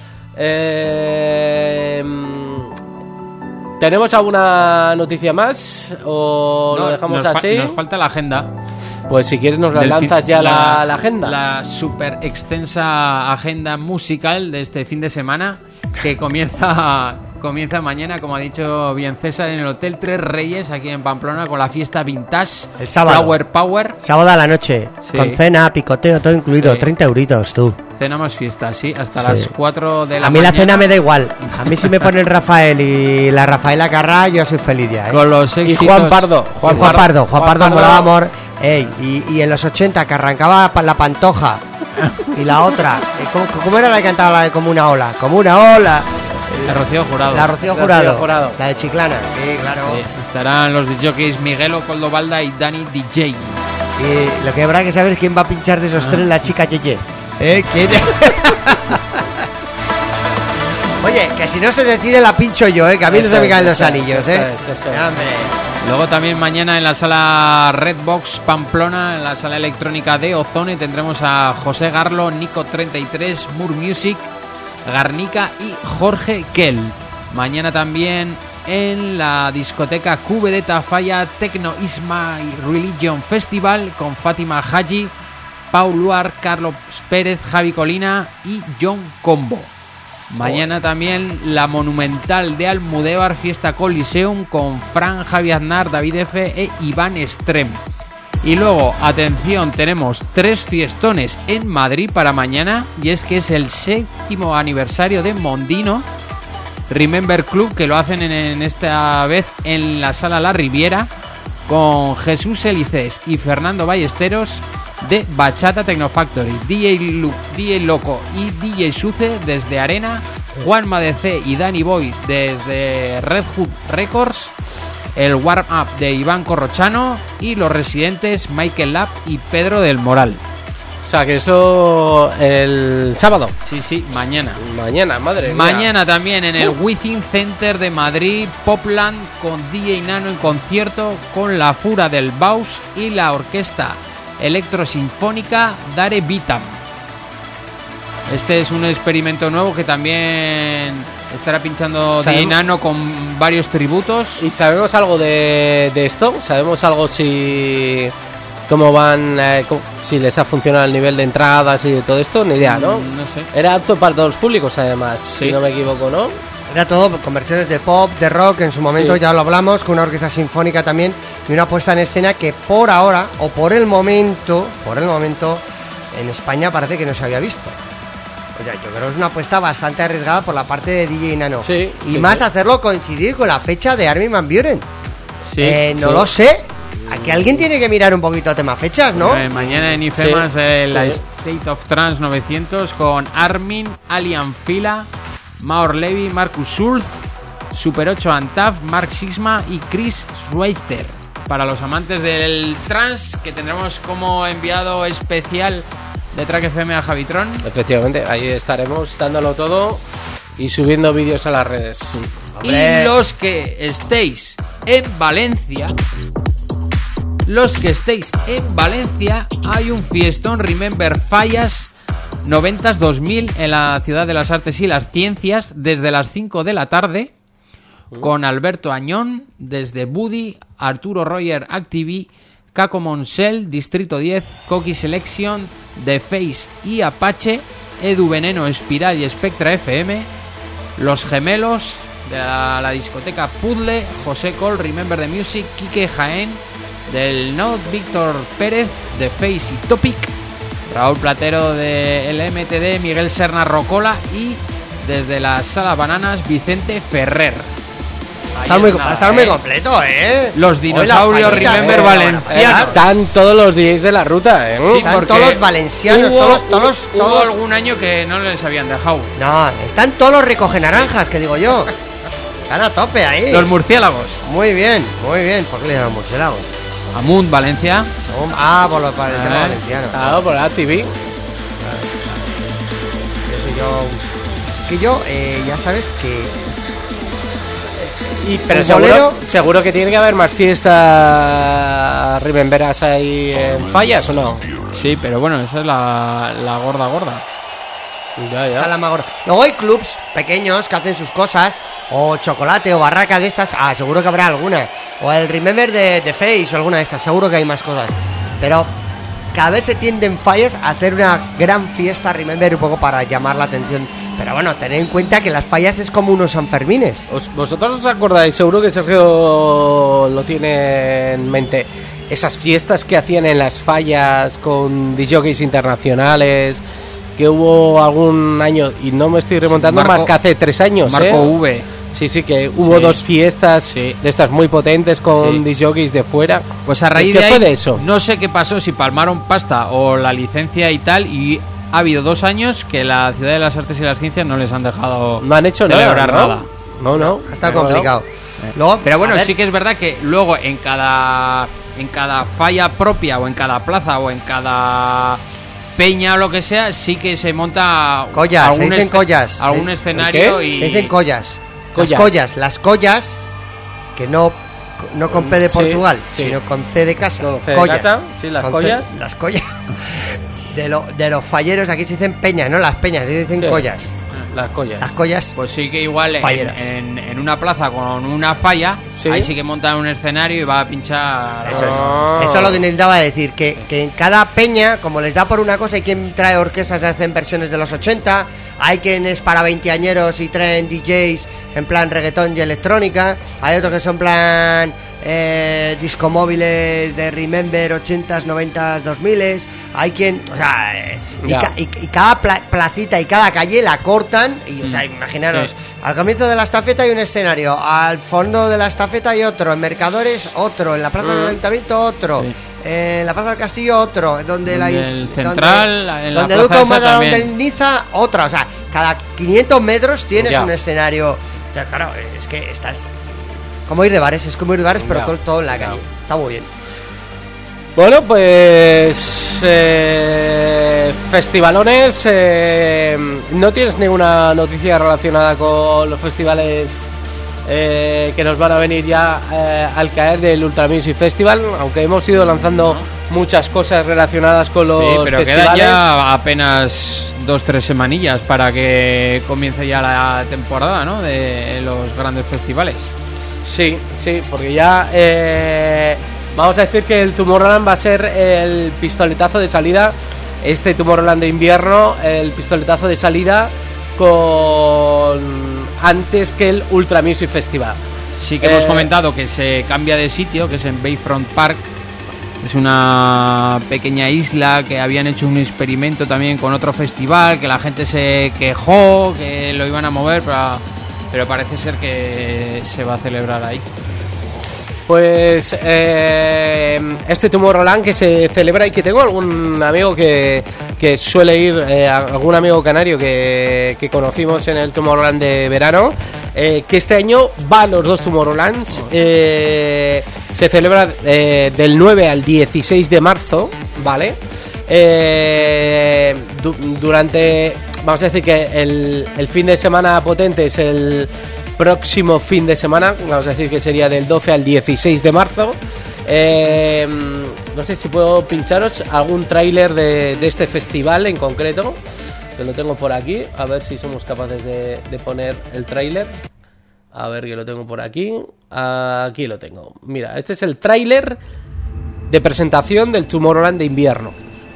Eh... ¿Tenemos alguna noticia más? ¿O lo dejamos nos fa- así? nos falta la agenda. Pues si quieres nos la Del lanzas fin- ya la, la agenda. La super extensa agenda musical de este fin de semana, que comienza comienza mañana, como ha dicho bien César, en el Hotel Tres Reyes, aquí en Pamplona, con la fiesta Vintage El sábado. Flower Power. Sábado a la noche. Sí. Con cena, picoteo, todo incluido. Sí. treinta euritos, tú. Cena más fiesta, sí, hasta Sí. las cuatro de la A mí mañana. la cena me da igual. A mí si me ponen Rafael y la Rafaela Carrá, yo soy feliz ya, ¿eh? Con los Y éxitos. Juan Pardo. Juan, Juan Pardo, Juan Pardo Pardo. molaba amor. Ey, y, y en los ochenta que arrancaba pa- la Pantoja. Y la otra. eh, ¿Cómo, cómo era la que cantaba la de Como una ola? Como una ola. De Rocío Jurado. La Rocío Rocío Jurado. Jurado. La de Chiclana. Sí, claro. Sí, estarán los jockeys Miguelo Coldovalda y Dani D J. Y lo que habrá que saber es quién va a pinchar de Ah. esos tres, la chica Yeye. ¿Eh? ¿Quién? Oye, que si no se decide la pincho yo, ¿eh? Que a mí no Eso se me es, caen los eso es, anillos, eso ¿eh? es, eso es. Ya, hombre. Luego también mañana en la sala Redbox Pamplona, en la sala electrónica de Ozone, tendremos a José Garlo, Nico treinta y tres, Moore Music, Garnica y Jorge Kell. Mañana también en la discoteca Cube de Tafalla, Tecno Is My Religion Festival, con Fátima Haji, Paul Luar, Carlos Pérez, Javi Colina y John Combo. Mañana también la Monumental de Almudévar, Fiesta Coliseum, con Fran, Javi Aznar, David F. e Iván Strem. Y luego, atención, tenemos tres fiestones en Madrid para mañana, y es que es el séptimo aniversario de Mondino Remember Club, que lo hacen en, en esta vez en la Sala La Riviera, con Jesús Elicés y Fernando Ballesteros de Bachata Technofactory, D J, Lu, D J Loco y D J Suce desde Arena, Juanma D C y Danny Boy desde Red Hood Records, el Warm Up de Iván Corrochano y los residentes Michael Lab y Pedro del Moral. O sea, que eso el sábado. Sí, sí, mañana. Mañana, madre mía. Mañana también en el Within Center de Madrid, Popland con D J Nano en concierto con la Fura del Baus y la orquesta electrosinfónica Dare Vitam. Este es un experimento nuevo que también estará pinchando D J Nano con varios tributos. ¿Y sabemos algo de, de esto? ¿Sabemos algo si... cómo van, eh, cómo, si les ha funcionado el nivel de entradas y todo esto? Ni idea, ¿no? Mm, no sé. Era apto para todos los públicos, además, Sí. si no me equivoco, ¿no? Era todo con versiones de pop, de rock, en su momento Sí. ya lo hablamos, con una orquesta sinfónica también y una puesta en escena que por ahora, o por el momento, por el momento, en España parece que no se había visto. O sea, yo creo que es una apuesta bastante arriesgada por la parte de D J Nano. Sí, y sí, más sí. hacerlo coincidir con la fecha de Armin van Buuren. Sí, Eh, no sí. lo sé. Aquí alguien tiene que mirar un poquito a tema fechas, ¿no? Eh, mañana en IFEMAS Sí, eh, la sí. State of Trance novecientos con Armin, Alian Fila, Maor Levy, Marcus Schulz, Super ocho Antaf, Mark Sisma y Chris Schweitzer. Para los amantes del trance, que tendremos como enviado especial de Track F M a Javitron. Efectivamente, ahí estaremos dándolo todo y subiendo vídeos a las redes. Hombre. Y los que estéis en Valencia, los que estéis en Valencia, hay un fiestón Remember Fallas noventas dos mil en la Ciudad de las Artes y las Ciencias desde las cinco de la tarde, con Alberto Añón desde Buddy, Arturo Roger Activi, Caco Monsell, Distrito diez, Coqui Selection, The Face y Apache, Edu Veneno, Espiral y Spectra F M, Los Gemelos de la, la discoteca Puzzle, José Col, Remember the Music, Quique Jaén, del Note, Víctor Pérez, The Face y Topic, Raúl Platero de L M T D, Miguel Serna Rocola y desde la Sala Bananas, Vicente Ferrer. Ahí Está es muy, nada, va a estar muy ¿eh? completo, ¿eh? Los Hoy la dinosaurios fallita, Remember eh, Valencianos. Están todos los D Js de la ruta, ¿eh? Sí, Están porque todos los valencianos, hubo, todos, todos, hubo todos. algún año que no les habían dejado. No, están todos los recoge naranjas, que digo yo. Están a tope ahí. Los murciélagos. Muy bien, muy bien. ¿Por qué le llaman murciélagos? Amunt, Valencia. Ah, por lo para el tema Eh. valenciano. Claro, por la T V. Eso yo. Que yo, eh, ya sabes que. Y, pero Un seguro, bolero. seguro que tiene que haber más fiestas Rememberas ahí en Fallas, ¿o no? Sí, pero bueno, esa es la, la gorda gorda. Ya, Esa es la más gorda. Luego hay clubs pequeños que hacen sus cosas, o chocolate, o barraca de estas. Ah, seguro que habrá alguna. O el Remember de, de Face, o alguna de estas. Seguro que hay más cosas. Pero cada vez se tienden Fallas a hacer una gran fiesta Remember, un poco para llamar la atención. Pero bueno, tened en cuenta que las Fallas es como unos Sanfermines. ¿Os- ¿Vosotros os acordáis? Seguro que Sergio lo tiene en mente. Esas fiestas que hacían en las Fallas con disjockeys internacionales, que hubo algún año, y no me estoy remontando Marco- más que hace tres años, Marco ¿eh? V. Sí, sí, que hubo Sí. dos fiestas Sí. de estas muy potentes con Sí. disjockeys de fuera. Pues a raíz ¿Qué de ahí, fue de eso? no sé qué pasó, si palmaron pasta o la licencia y tal, y ha habido dos años que la Ciudad de las Artes y las Ciencias no les han dejado No han hecho nada, celebrar ¿no? nada. No, no. Está No, no. complicado. Luego, Pero bueno, a ver, sí que es verdad que luego en cada en cada falla propia o en cada plaza o en cada peña o lo que sea, sí que se monta Collas, algún se dicen esce- collas. algún ¿El escenario qué? y Se dicen collas. Collas. Las collas, las collas, que no, no con P de Sí, Portugal, sí. sino con C de casa. No, C de Collas. casa, sí, las Con collas. C- las collas. De, lo, de los falleros, aquí se dicen peñas, no las peñas, se dicen Sí. collas. Las collas. Las collas. pues sí que igual en, Falleras. en, en una plaza con una falla, Sí. ahí sí que montan un escenario y va a pinchar. Eso, es. Ah. Eso es lo que intentaba decir, que, que en cada peña, como les da por una cosa, hay quien trae orquestas y hacen versiones de los ochenta, hay quien es para veinteañeros y traen D Js en plan reggaetón y electrónica, hay otros que son plan eh, discomóviles de Remember ochentas, noventas, dos miles. Hay quien, o sea, eh, y, ca, y, y cada pla, placita y cada calle la cortan. Y, o sea, imaginaros, sí. Al comienzo de la estafeta hay un escenario, al fondo de la estafeta hay otro, en Mercadores otro, en la plaza mm. del Ayuntamiento otro. Sí. Eh, en la Plaza del Castillo otro, donde la el central, donde, en donde la Duca Humada, donde el Niza otra, o sea, cada quinientos metros tienes ya. un escenario. O sea, claro, es que estás como ir de bares, es como ir de bares, pero todo, todo en la calle. Ya. Está muy bien. Bueno, pues eh, festivalones. Eh, ¿No tienes ninguna noticia relacionada con los festivales Eh, que nos van a venir ya eh, al caer del Ultra Music Festival, aunque hemos ido lanzando muchas cosas relacionadas con los sí, pero festivales? Quedan ya apenas dos, tres semanillas para que comience ya la temporada, ¿no?, de los grandes festivales. Sí, sí, porque ya eh, vamos a decir que el Tomorrowland va a ser el pistoletazo de salida, este Tomorrowland de invierno, el pistoletazo de salida con antes que el Ultra Music Festival. Sí que eh, hemos comentado que se cambia de sitio, que es en Bayfront Park. Es una pequeña isla que habían hecho un experimento también con otro festival, que la gente se quejó, que lo iban a mover, pero, pero parece ser que se va a celebrar ahí. Pues eh, este Tomorrowland que se celebra y que tengo algún amigo que, que suele ir, eh, algún amigo canario que, que conocimos en el Tomorrowland de verano, eh, que este año va a los dos Tomorrowlands, eh, se celebra eh, del nueve al dieciséis de marzo, ¿vale? Eh, du- durante, vamos a decir que el, el fin de semana potente es el próximo fin de semana, vamos a decir que sería del doce al dieciséis de marzo. Eh, no sé si puedo pincharos algún tráiler de, de este festival en concreto, que lo tengo por aquí, a ver si somos capaces de, de poner el tráiler. A ver, que lo tengo por aquí. Aquí lo tengo. Mira, este es el tráiler de presentación del Tomorrowland de invierno.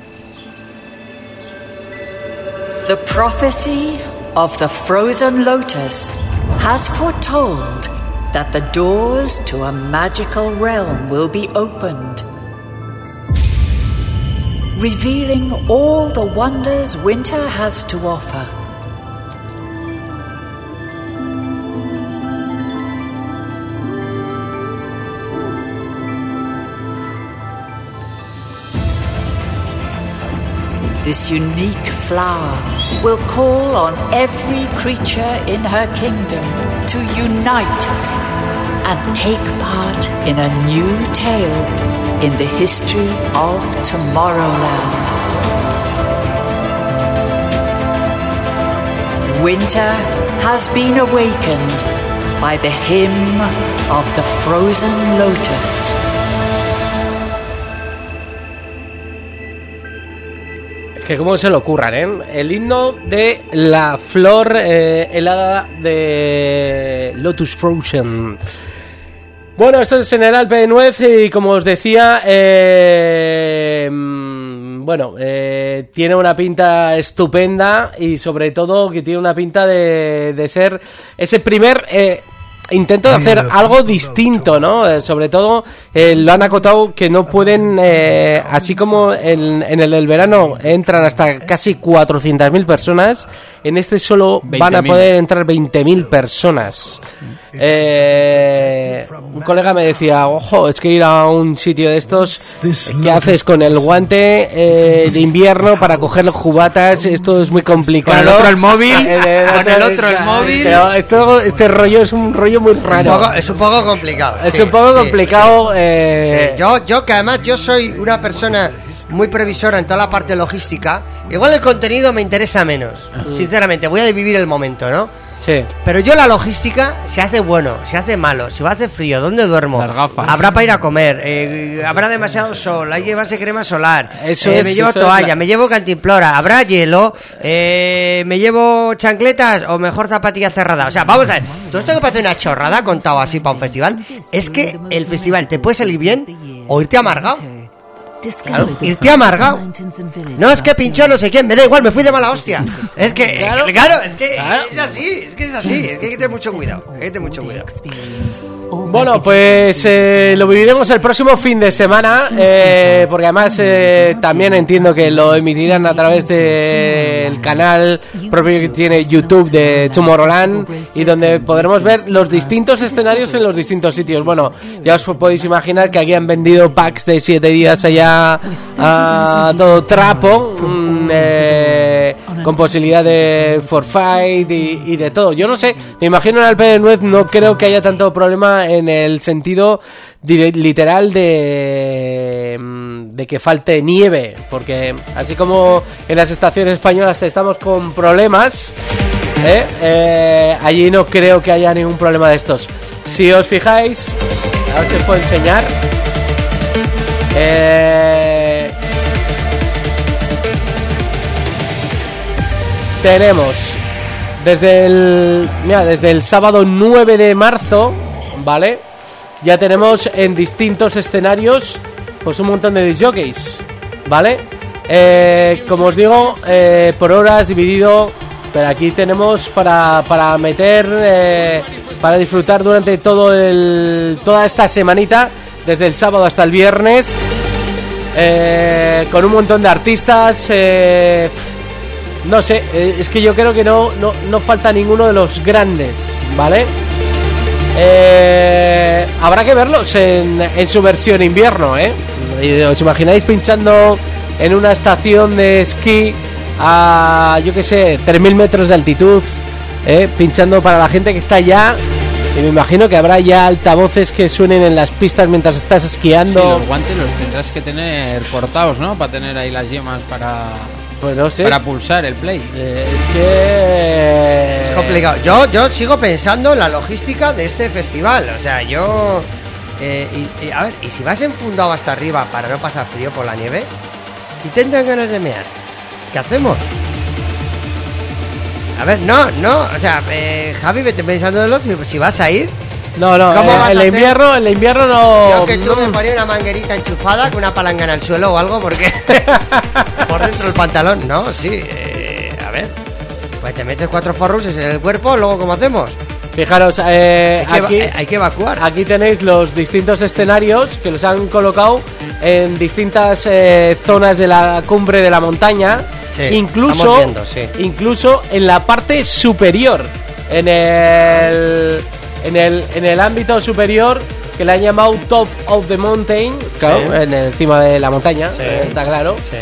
The prophecy of the frozen lotus has foretold that the doors to a magical realm will be opened, revealing all the wonders winter has to offer. This unique flower will call on every creature in her kingdom to unite and take part in a new tale in the history of Tomorrowland. Winter has been awakened by the hymn of the frozen lotus. Que cómo se le ocurran, ¿eh? El himno de la flor eh, helada de Lotus Frozen. Bueno, esto es General P. Nuez y como os decía, eh, bueno, eh, tiene una pinta estupenda y sobre todo que tiene una pinta de, de ser ese primer... Eh, intento de hacer algo distinto, ¿no? Eh, sobre todo eh, lo han acotado que no pueden, eh, así como en, en el del verano entran hasta casi cuatrocientas mil personas, en este solo van a poder entrar veinte mil personas. Eh, un colega me decía, ojo, es que ir a un sitio de estos, ¿qué haces con el guante eh, de invierno para coger los cubatas? Esto es muy complicado. Con el otro el móvil, eh, con el otro el móvil. Pero esto, este rollo es un rollo muy raro. Un poco, es un poco complicado. Es sí, un poco sí, complicado. Sí. Eh... Sí. Yo, yo que además yo soy una persona muy previsora en toda la parte logística. Igual el contenido me interesa menos. Uh-huh. Sinceramente, voy a vivir el momento, ¿no? Sí. Pero yo la logística se hace bueno, se hace malo, si va a hacer frío, ¿dónde duermo? Las gafas. Habrá para ir a comer, eh, habrá demasiado sol, hay que llevarse crema solar, eso eh, es, me llevo eso toalla, la... me llevo cantimplora, habrá hielo, eh, me llevo chancletas o mejor zapatilla cerrada. O sea, vamos a ver, todo esto que parece una chorrada contado así para un festival, es que el festival te puede salir bien o irte amargado. Claro. Irte amargado. No, es que pinchó no sé quién, me da igual, me fui de mala hostia. Es que, claro, claro es que claro. es así, es que es así, es que hay que tener mucho cuidado, hay que tener mucho cuidado. Bueno, pues eh, lo viviremos el próximo fin de semana, eh, porque además eh, también entiendo que lo emitirán a través del canal propio que tiene YouTube de Tomorrowland, y donde podremos ver los distintos escenarios en los distintos sitios. Bueno, ya os podéis imaginar que aquí han vendido packs de siete días allá a todo trapo, mm, eh, con posibilidad de forfait y, y de todo. Yo no sé, me imagino en Alpe d'Huez no creo que haya tanto problema en el sentido dire- literal de, de que falte nieve, porque así como en las estaciones españolas estamos con problemas, ¿eh? Eh, allí no creo que haya ningún problema de estos. Si os fijáis, a ver si os puedo enseñar, eh, tenemos desde el mira, desde el sábado nueve de marzo, ¿vale? Ya tenemos en distintos escenarios pues un montón de disc jockeys, ¿vale? Eh, como os digo, eh, por horas dividido, pero aquí tenemos para, para meter, eh, para disfrutar durante todo el toda esta semanita, desde el sábado hasta el viernes, eh, con un montón de artistas. Eh, no sé, eh, es que yo creo que no, no, no falta ninguno de los grandes, ¿vale? Eh, habrá que verlos en, en su versión invierno, ¿eh? ¿Os imagináis pinchando en una estación de esquí a, yo qué sé, tres mil metros de altitud, ¿eh? Pinchando para la gente que está allá? Y me imagino que habrá ya altavoces que suenen en las pistas mientras estás esquiando. Sí, los guantes los tendrás que tener portados, ¿no? Para tener ahí las yemas para... Pues no sé. Para pulsar el play. Eh, es que... Es complicado. Yo, yo sigo pensando en la logística de este festival. O sea, yo... Eh, y, y, a ver, ¿y si vas enfundado hasta arriba para no pasar frío por la nieve? ¿Y tendrán ganas de mear? ¿Qué hacemos? A ver, no, no. O sea, eh, Javi, vete pensando de lo si, si vas a ir. No, no, ¿Cómo en vas el a hacer? invierno, en el invierno no... Yo que tú no. me ponía una manguerita enchufada con una palanca en el suelo o algo, porque por dentro del pantalón, ¿no? Sí, eh, a ver, pues te metes cuatro forruses en el cuerpo, luego ¿cómo hacemos? Fijaros, eh, Hay que, aquí, eva- hay que evacuar. aquí tenéis los distintos escenarios que los han colocado en distintas eh, zonas de la cumbre de la montaña, Sí, incluso, estamos viendo, sí. incluso en la parte superior, en el, en el, en el ámbito superior, que le han llamado Top of the Mountain, claro, Sí. en el, encima de la montaña, Sí. eh, está claro. Sí.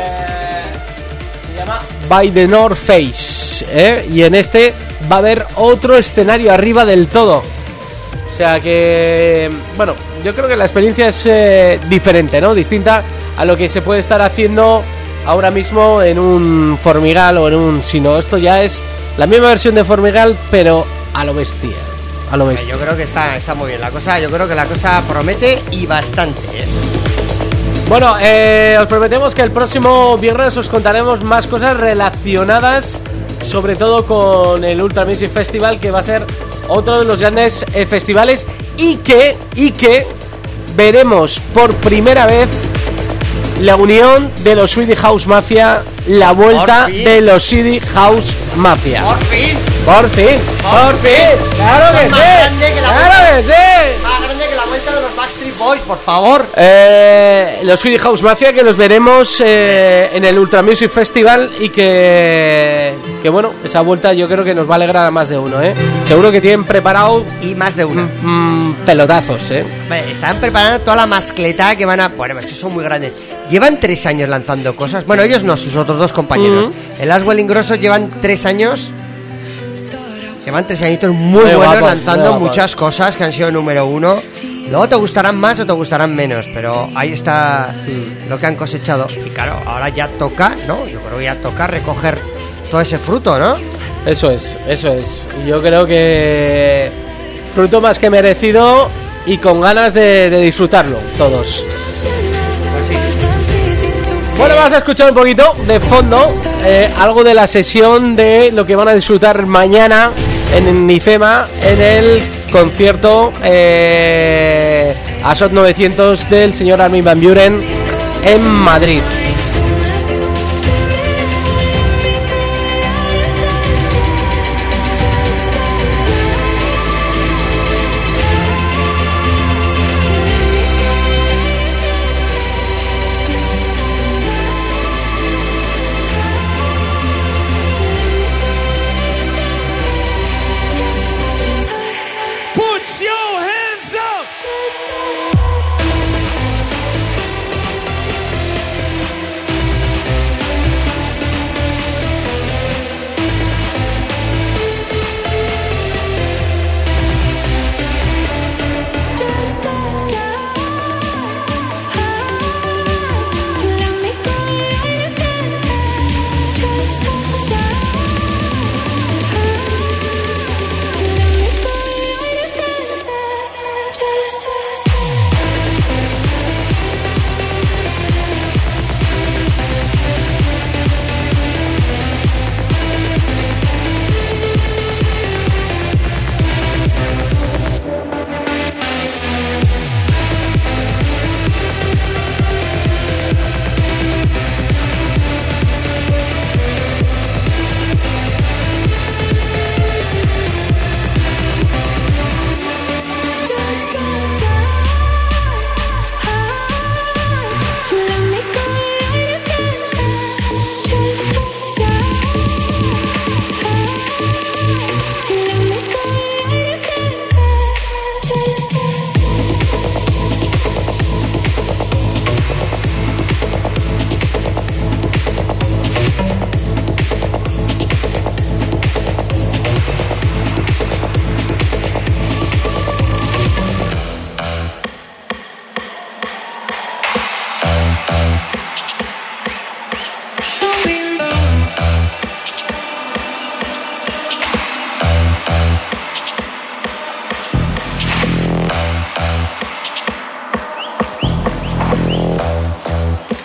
Se llama By the North Face, ¿eh? Y en este va a haber otro escenario arriba del todo. O sea que, bueno, yo creo que la experiencia es eh, diferente, ¿no? Distinta a lo que se puede estar haciendo ahora mismo en un Formigal o en un... Si no, esto ya es la misma versión de Formigal, pero a lo bestia. A lo bestia. Yo creo que está, está muy bien la cosa. Yo creo que la cosa promete y bastante, ¿eh? Bueno, eh, os prometemos que el próximo viernes os contaremos más cosas relacionadas, sobre todo con el Ultra Music Festival, que va a ser otro de los grandes eh, festivales, y que, y que veremos por primera vez la unión de los Swedish House Mafia, la vuelta Por fin. de los Swedish House Mafia. ¡Por fin! Por fin, por fin, claro que Esto es más sí, grande que la claro que sí. Más grande que la vuelta de los Backstreet Boys, por favor. Eh, los Swedish House Mafia, que los veremos eh, en el Ultra Music Festival, y que, que bueno, esa vuelta yo creo que nos va a alegrar a más de uno, ¿eh? Seguro que tienen preparado Y más de una. mm, pelotazos, ¿eh? Vale, están preparando toda la mascleta que van a... Bueno, es que son muy grandes. Llevan tres años lanzando cosas. Bueno, ellos no, sus otros dos compañeros. Ujú. El Aswell Ingrosso llevan tres años... Llevan tres añitos muy, Muy buenos guapos, lanzando muy guapos. muchas cosas que han sido número uno. Luego te gustarán más o te gustarán menos, pero ahí está lo que han cosechado. Y claro, ahora ya toca, ¿no? Yo creo que ya toca recoger todo ese fruto, ¿no? Eso es, eso es. Yo creo que fruto más que merecido y con ganas de, de disfrutarlo todos. Bueno, vamos a escuchar un poquito de fondo eh, algo de la sesión de lo que van a disfrutar mañana en Nicema, en el concierto eh, Asot novecientos del señor Armin van Buuren en Madrid.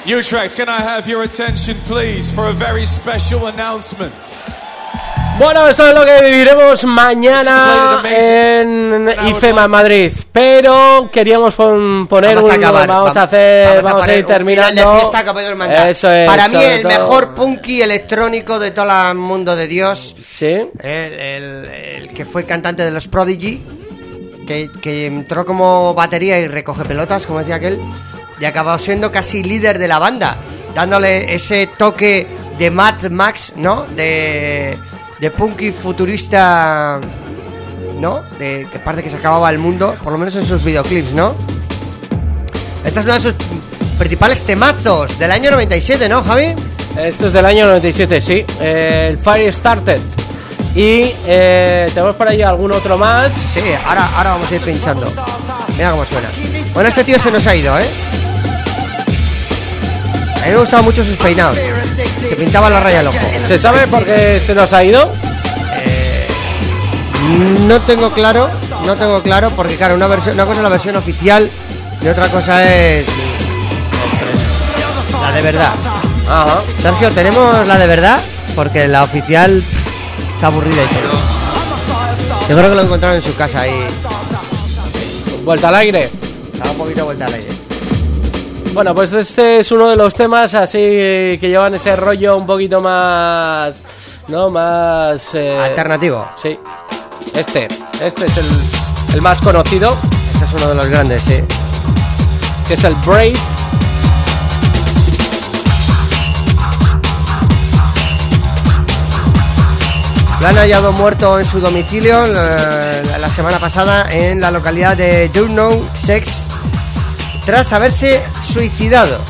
Utrecht, can I have your attention, please, for a very special announcement? Bueno, eso es lo que viviremos mañana en IFEMA en Madrid. Pero queríamos pon, poner vamos a un... acabar, vamos a hacer... vamos a, vamos a ir terminando. De fiesta que podemos mandar. Eso es, Para mí el todo. mejor punky electrónico de todo el mundo de Dios. Sí. El, el, el que fue cantante de los Prodigy. Que, que entró como batería y recoge pelotas, como decía aquel. Y acabó siendo casi líder de la banda. Dándole ese toque de Mad Max, ¿no? De... de punky futurista, ¿no? De que parece que se acababa el mundo, por lo menos en sus videoclips, ¿no? Esta es una de sus principales temazos del año noventa y siete, ¿no, Javi? Esto es del año noventa y siete, sí. Eh, el Fire Started. Y eh, tenemos por ahí algún otro más. Sí, ahora, ahora vamos a ir pinchando. Mira cómo suena. Bueno, este tío se nos ha ido, ¿eh? A mí me gustaban mucho sus peinados. Se pintaba la raya al ojo. ¿Se sabe por qué se nos ha ido? Eh, no tengo claro, no tengo claro, porque claro, una versión, una cosa es la versión oficial y otra cosa es la de verdad. Ajá. Sergio, ¿tenemos la de verdad? Porque la oficial está aburrida y todo. Yo creo que lo encontraron en su casa ahí. Vuelta al aire. Estaba un poquito vuelta al aire. Bueno, pues este es uno de los temas así que llevan ese rollo un poquito más, ¿no? Más... Eh, alternativo. Sí. Este. Este es el, el más conocido. Este es uno de los grandes, sí. Que es el Brave. Lo han hallado muerto en su domicilio la, la semana pasada en la localidad de Durnow, Sex, tras haberse suicidado.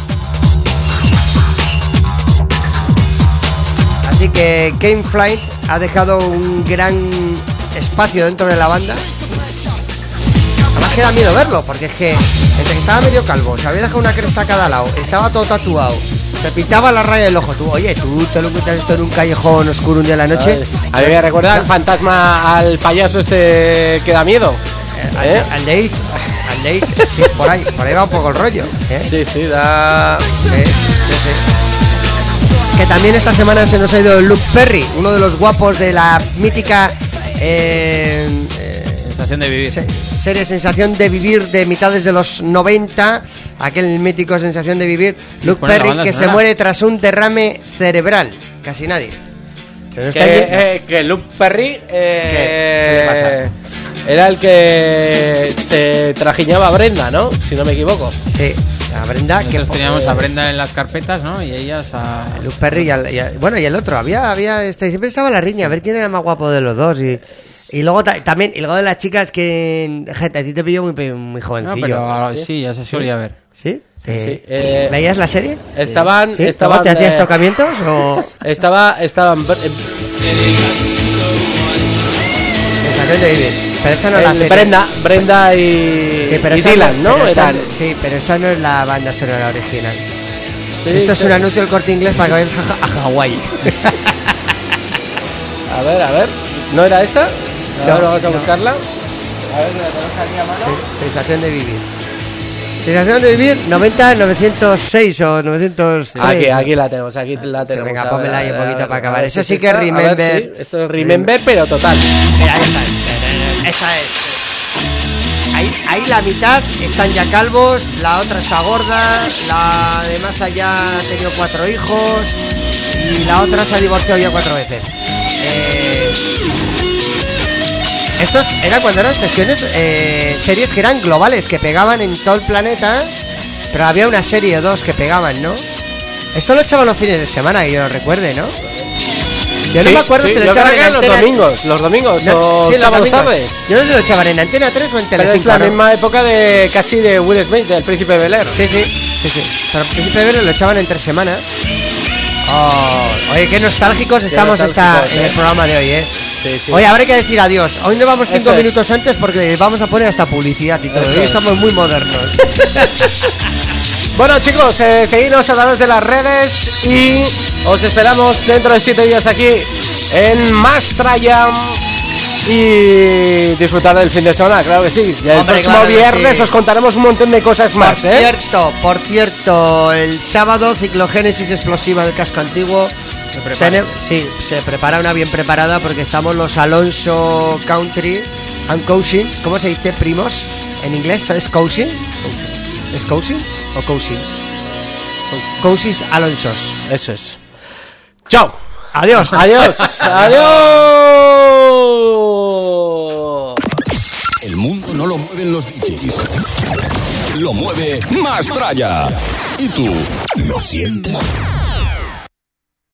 Así que Game Flight ha dejado un gran espacio dentro de la banda. Además que da miedo verlo, porque es que entre que estaba medio calvo, se había dejado una cresta a cada lado, estaba todo tatuado, se pintaba la raya del ojo. Tú, oye, tú te lo encuentras esto en un callejón oscuro un día de la noche. A mí me recuerda al fantasma, al payaso este que da miedo. ¿Eh? Al, al de It, al de It, sí, por ahí, por ahí va un poco el rollo, ¿eh? Sí, sí, da... Sí, sí, sí. Que también esta semana se nos ha ido Luke Perry, uno de los guapos de la mítica eh, eh, Sensación de vivir. se, serie Sensación de Vivir de mitades de los noventa, aquel mítico Sensación de Vivir. Sí, Luke Perry, que sonora. Se muere tras un derrame cerebral, casi nadie. Que, eh, que Luke Perry eh, era el que se trajiñaba a Brenda, ¿no? Si no me equivoco. Sí, a Brenda. Nosotros que teníamos a Brenda en las carpetas, ¿no? Y ellas a... Luke Perry y, al, y a, bueno, y el otro. Había, había este, siempre estaba la riña, a ver quién era más guapo de los dos. Y, y luego ta, también, y luego de las chicas que... Gente, a ti te pilló muy, muy jovencillo. No, pero sí, sí ya se solía ver. ¿Sí? Sí, sí. Eh, ¿Veías la serie? Estaban, ¿Sí? estaban ¿Te hacías eh, tocamientos o...? Estaba, estaban... Sensación de Vivir. Pero esa no es la serie. Brenda, Brenda y, sí, pero y Dylan, ¿no? Pero esa, Eran... sí, pero esa no es la banda sonora original. Sí, Esto es sí. un anuncio del Corte Inglés para que vayas a, a Hawái. A ver, a ver. ¿No era esta? No, Ahora vamos a no. buscarla. A ver, la tenemos aquí a mano. Sí, Sensación de Vivir. Sensación de Vivir, noventa novecientos seis o novecientos tres. Aquí, aquí la tenemos, aquí la Sí, tenemos. venga, A ver, pónmela ahí a un ver, poquito a ver, para a acabar. ver Eso si sí es que esta. es A ver, Remember. sí, esto es Remember, pero total. Mira, ahí está. Esa es. Ahí, ahí la mitad están ya calvos, la otra está gorda, la de más allá ha tenido cuatro hijos y la otra se ha divorciado ya cuatro veces. Eh, estos eran cuando eran sesiones, eh, series que eran globales, que pegaban en todo el planeta, pero había una serie o dos que pegaban, ¿no? Esto lo echaban los fines de semana, que yo lo recuerde, ¿no? Yo Sí, no me acuerdo sí, si lo yo echaban creo en que los Antena... domingos, los domingos No, o sí, los sábados domingos. tardes. Yo no sé si lo echaban en Antena tres o en Pero Telecinco, es la ¿no? misma época de casi de Will Smith, del Príncipe de Bel-Air. Sí, sí, sí, sí. Pero al principio de verano lo echaban en tres semanas. Oh, oye, qué nostálgicos estamos nostálgicos, esta, en eh. el programa de hoy, ¿eh? Sí, sí. Oye, habrá que decir adiós. Hoy nos vamos cinco Eso es. minutos antes porque vamos a poner hasta publicidad y todo. Eso Hoy es. estamos muy modernos. Bueno, chicos, eh, seguidnos a través de las redes y os esperamos dentro de siete días aquí en Más Trayam y disfrutar del fin de semana, claro que sí. Y el Hombre, próximo claro que viernes sí. os contaremos un montón de cosas Por más, ¿eh? cierto, por cierto, el sábado ciclogénesis explosiva del casco antiguo. Tene- sí, se prepara una bien preparada porque estamos los Alonso Country and Cousins. ¿Cómo se dice, primos? En inglés, ¿es Cousins? ¿Es Cousins o Cousins? Cousins Alonsos. Eso es. Chao. Adiós. Adiós. Adiós. El mundo no lo mueven los D Js. Lo mueve Mastraya. ¿Y tú lo sientes?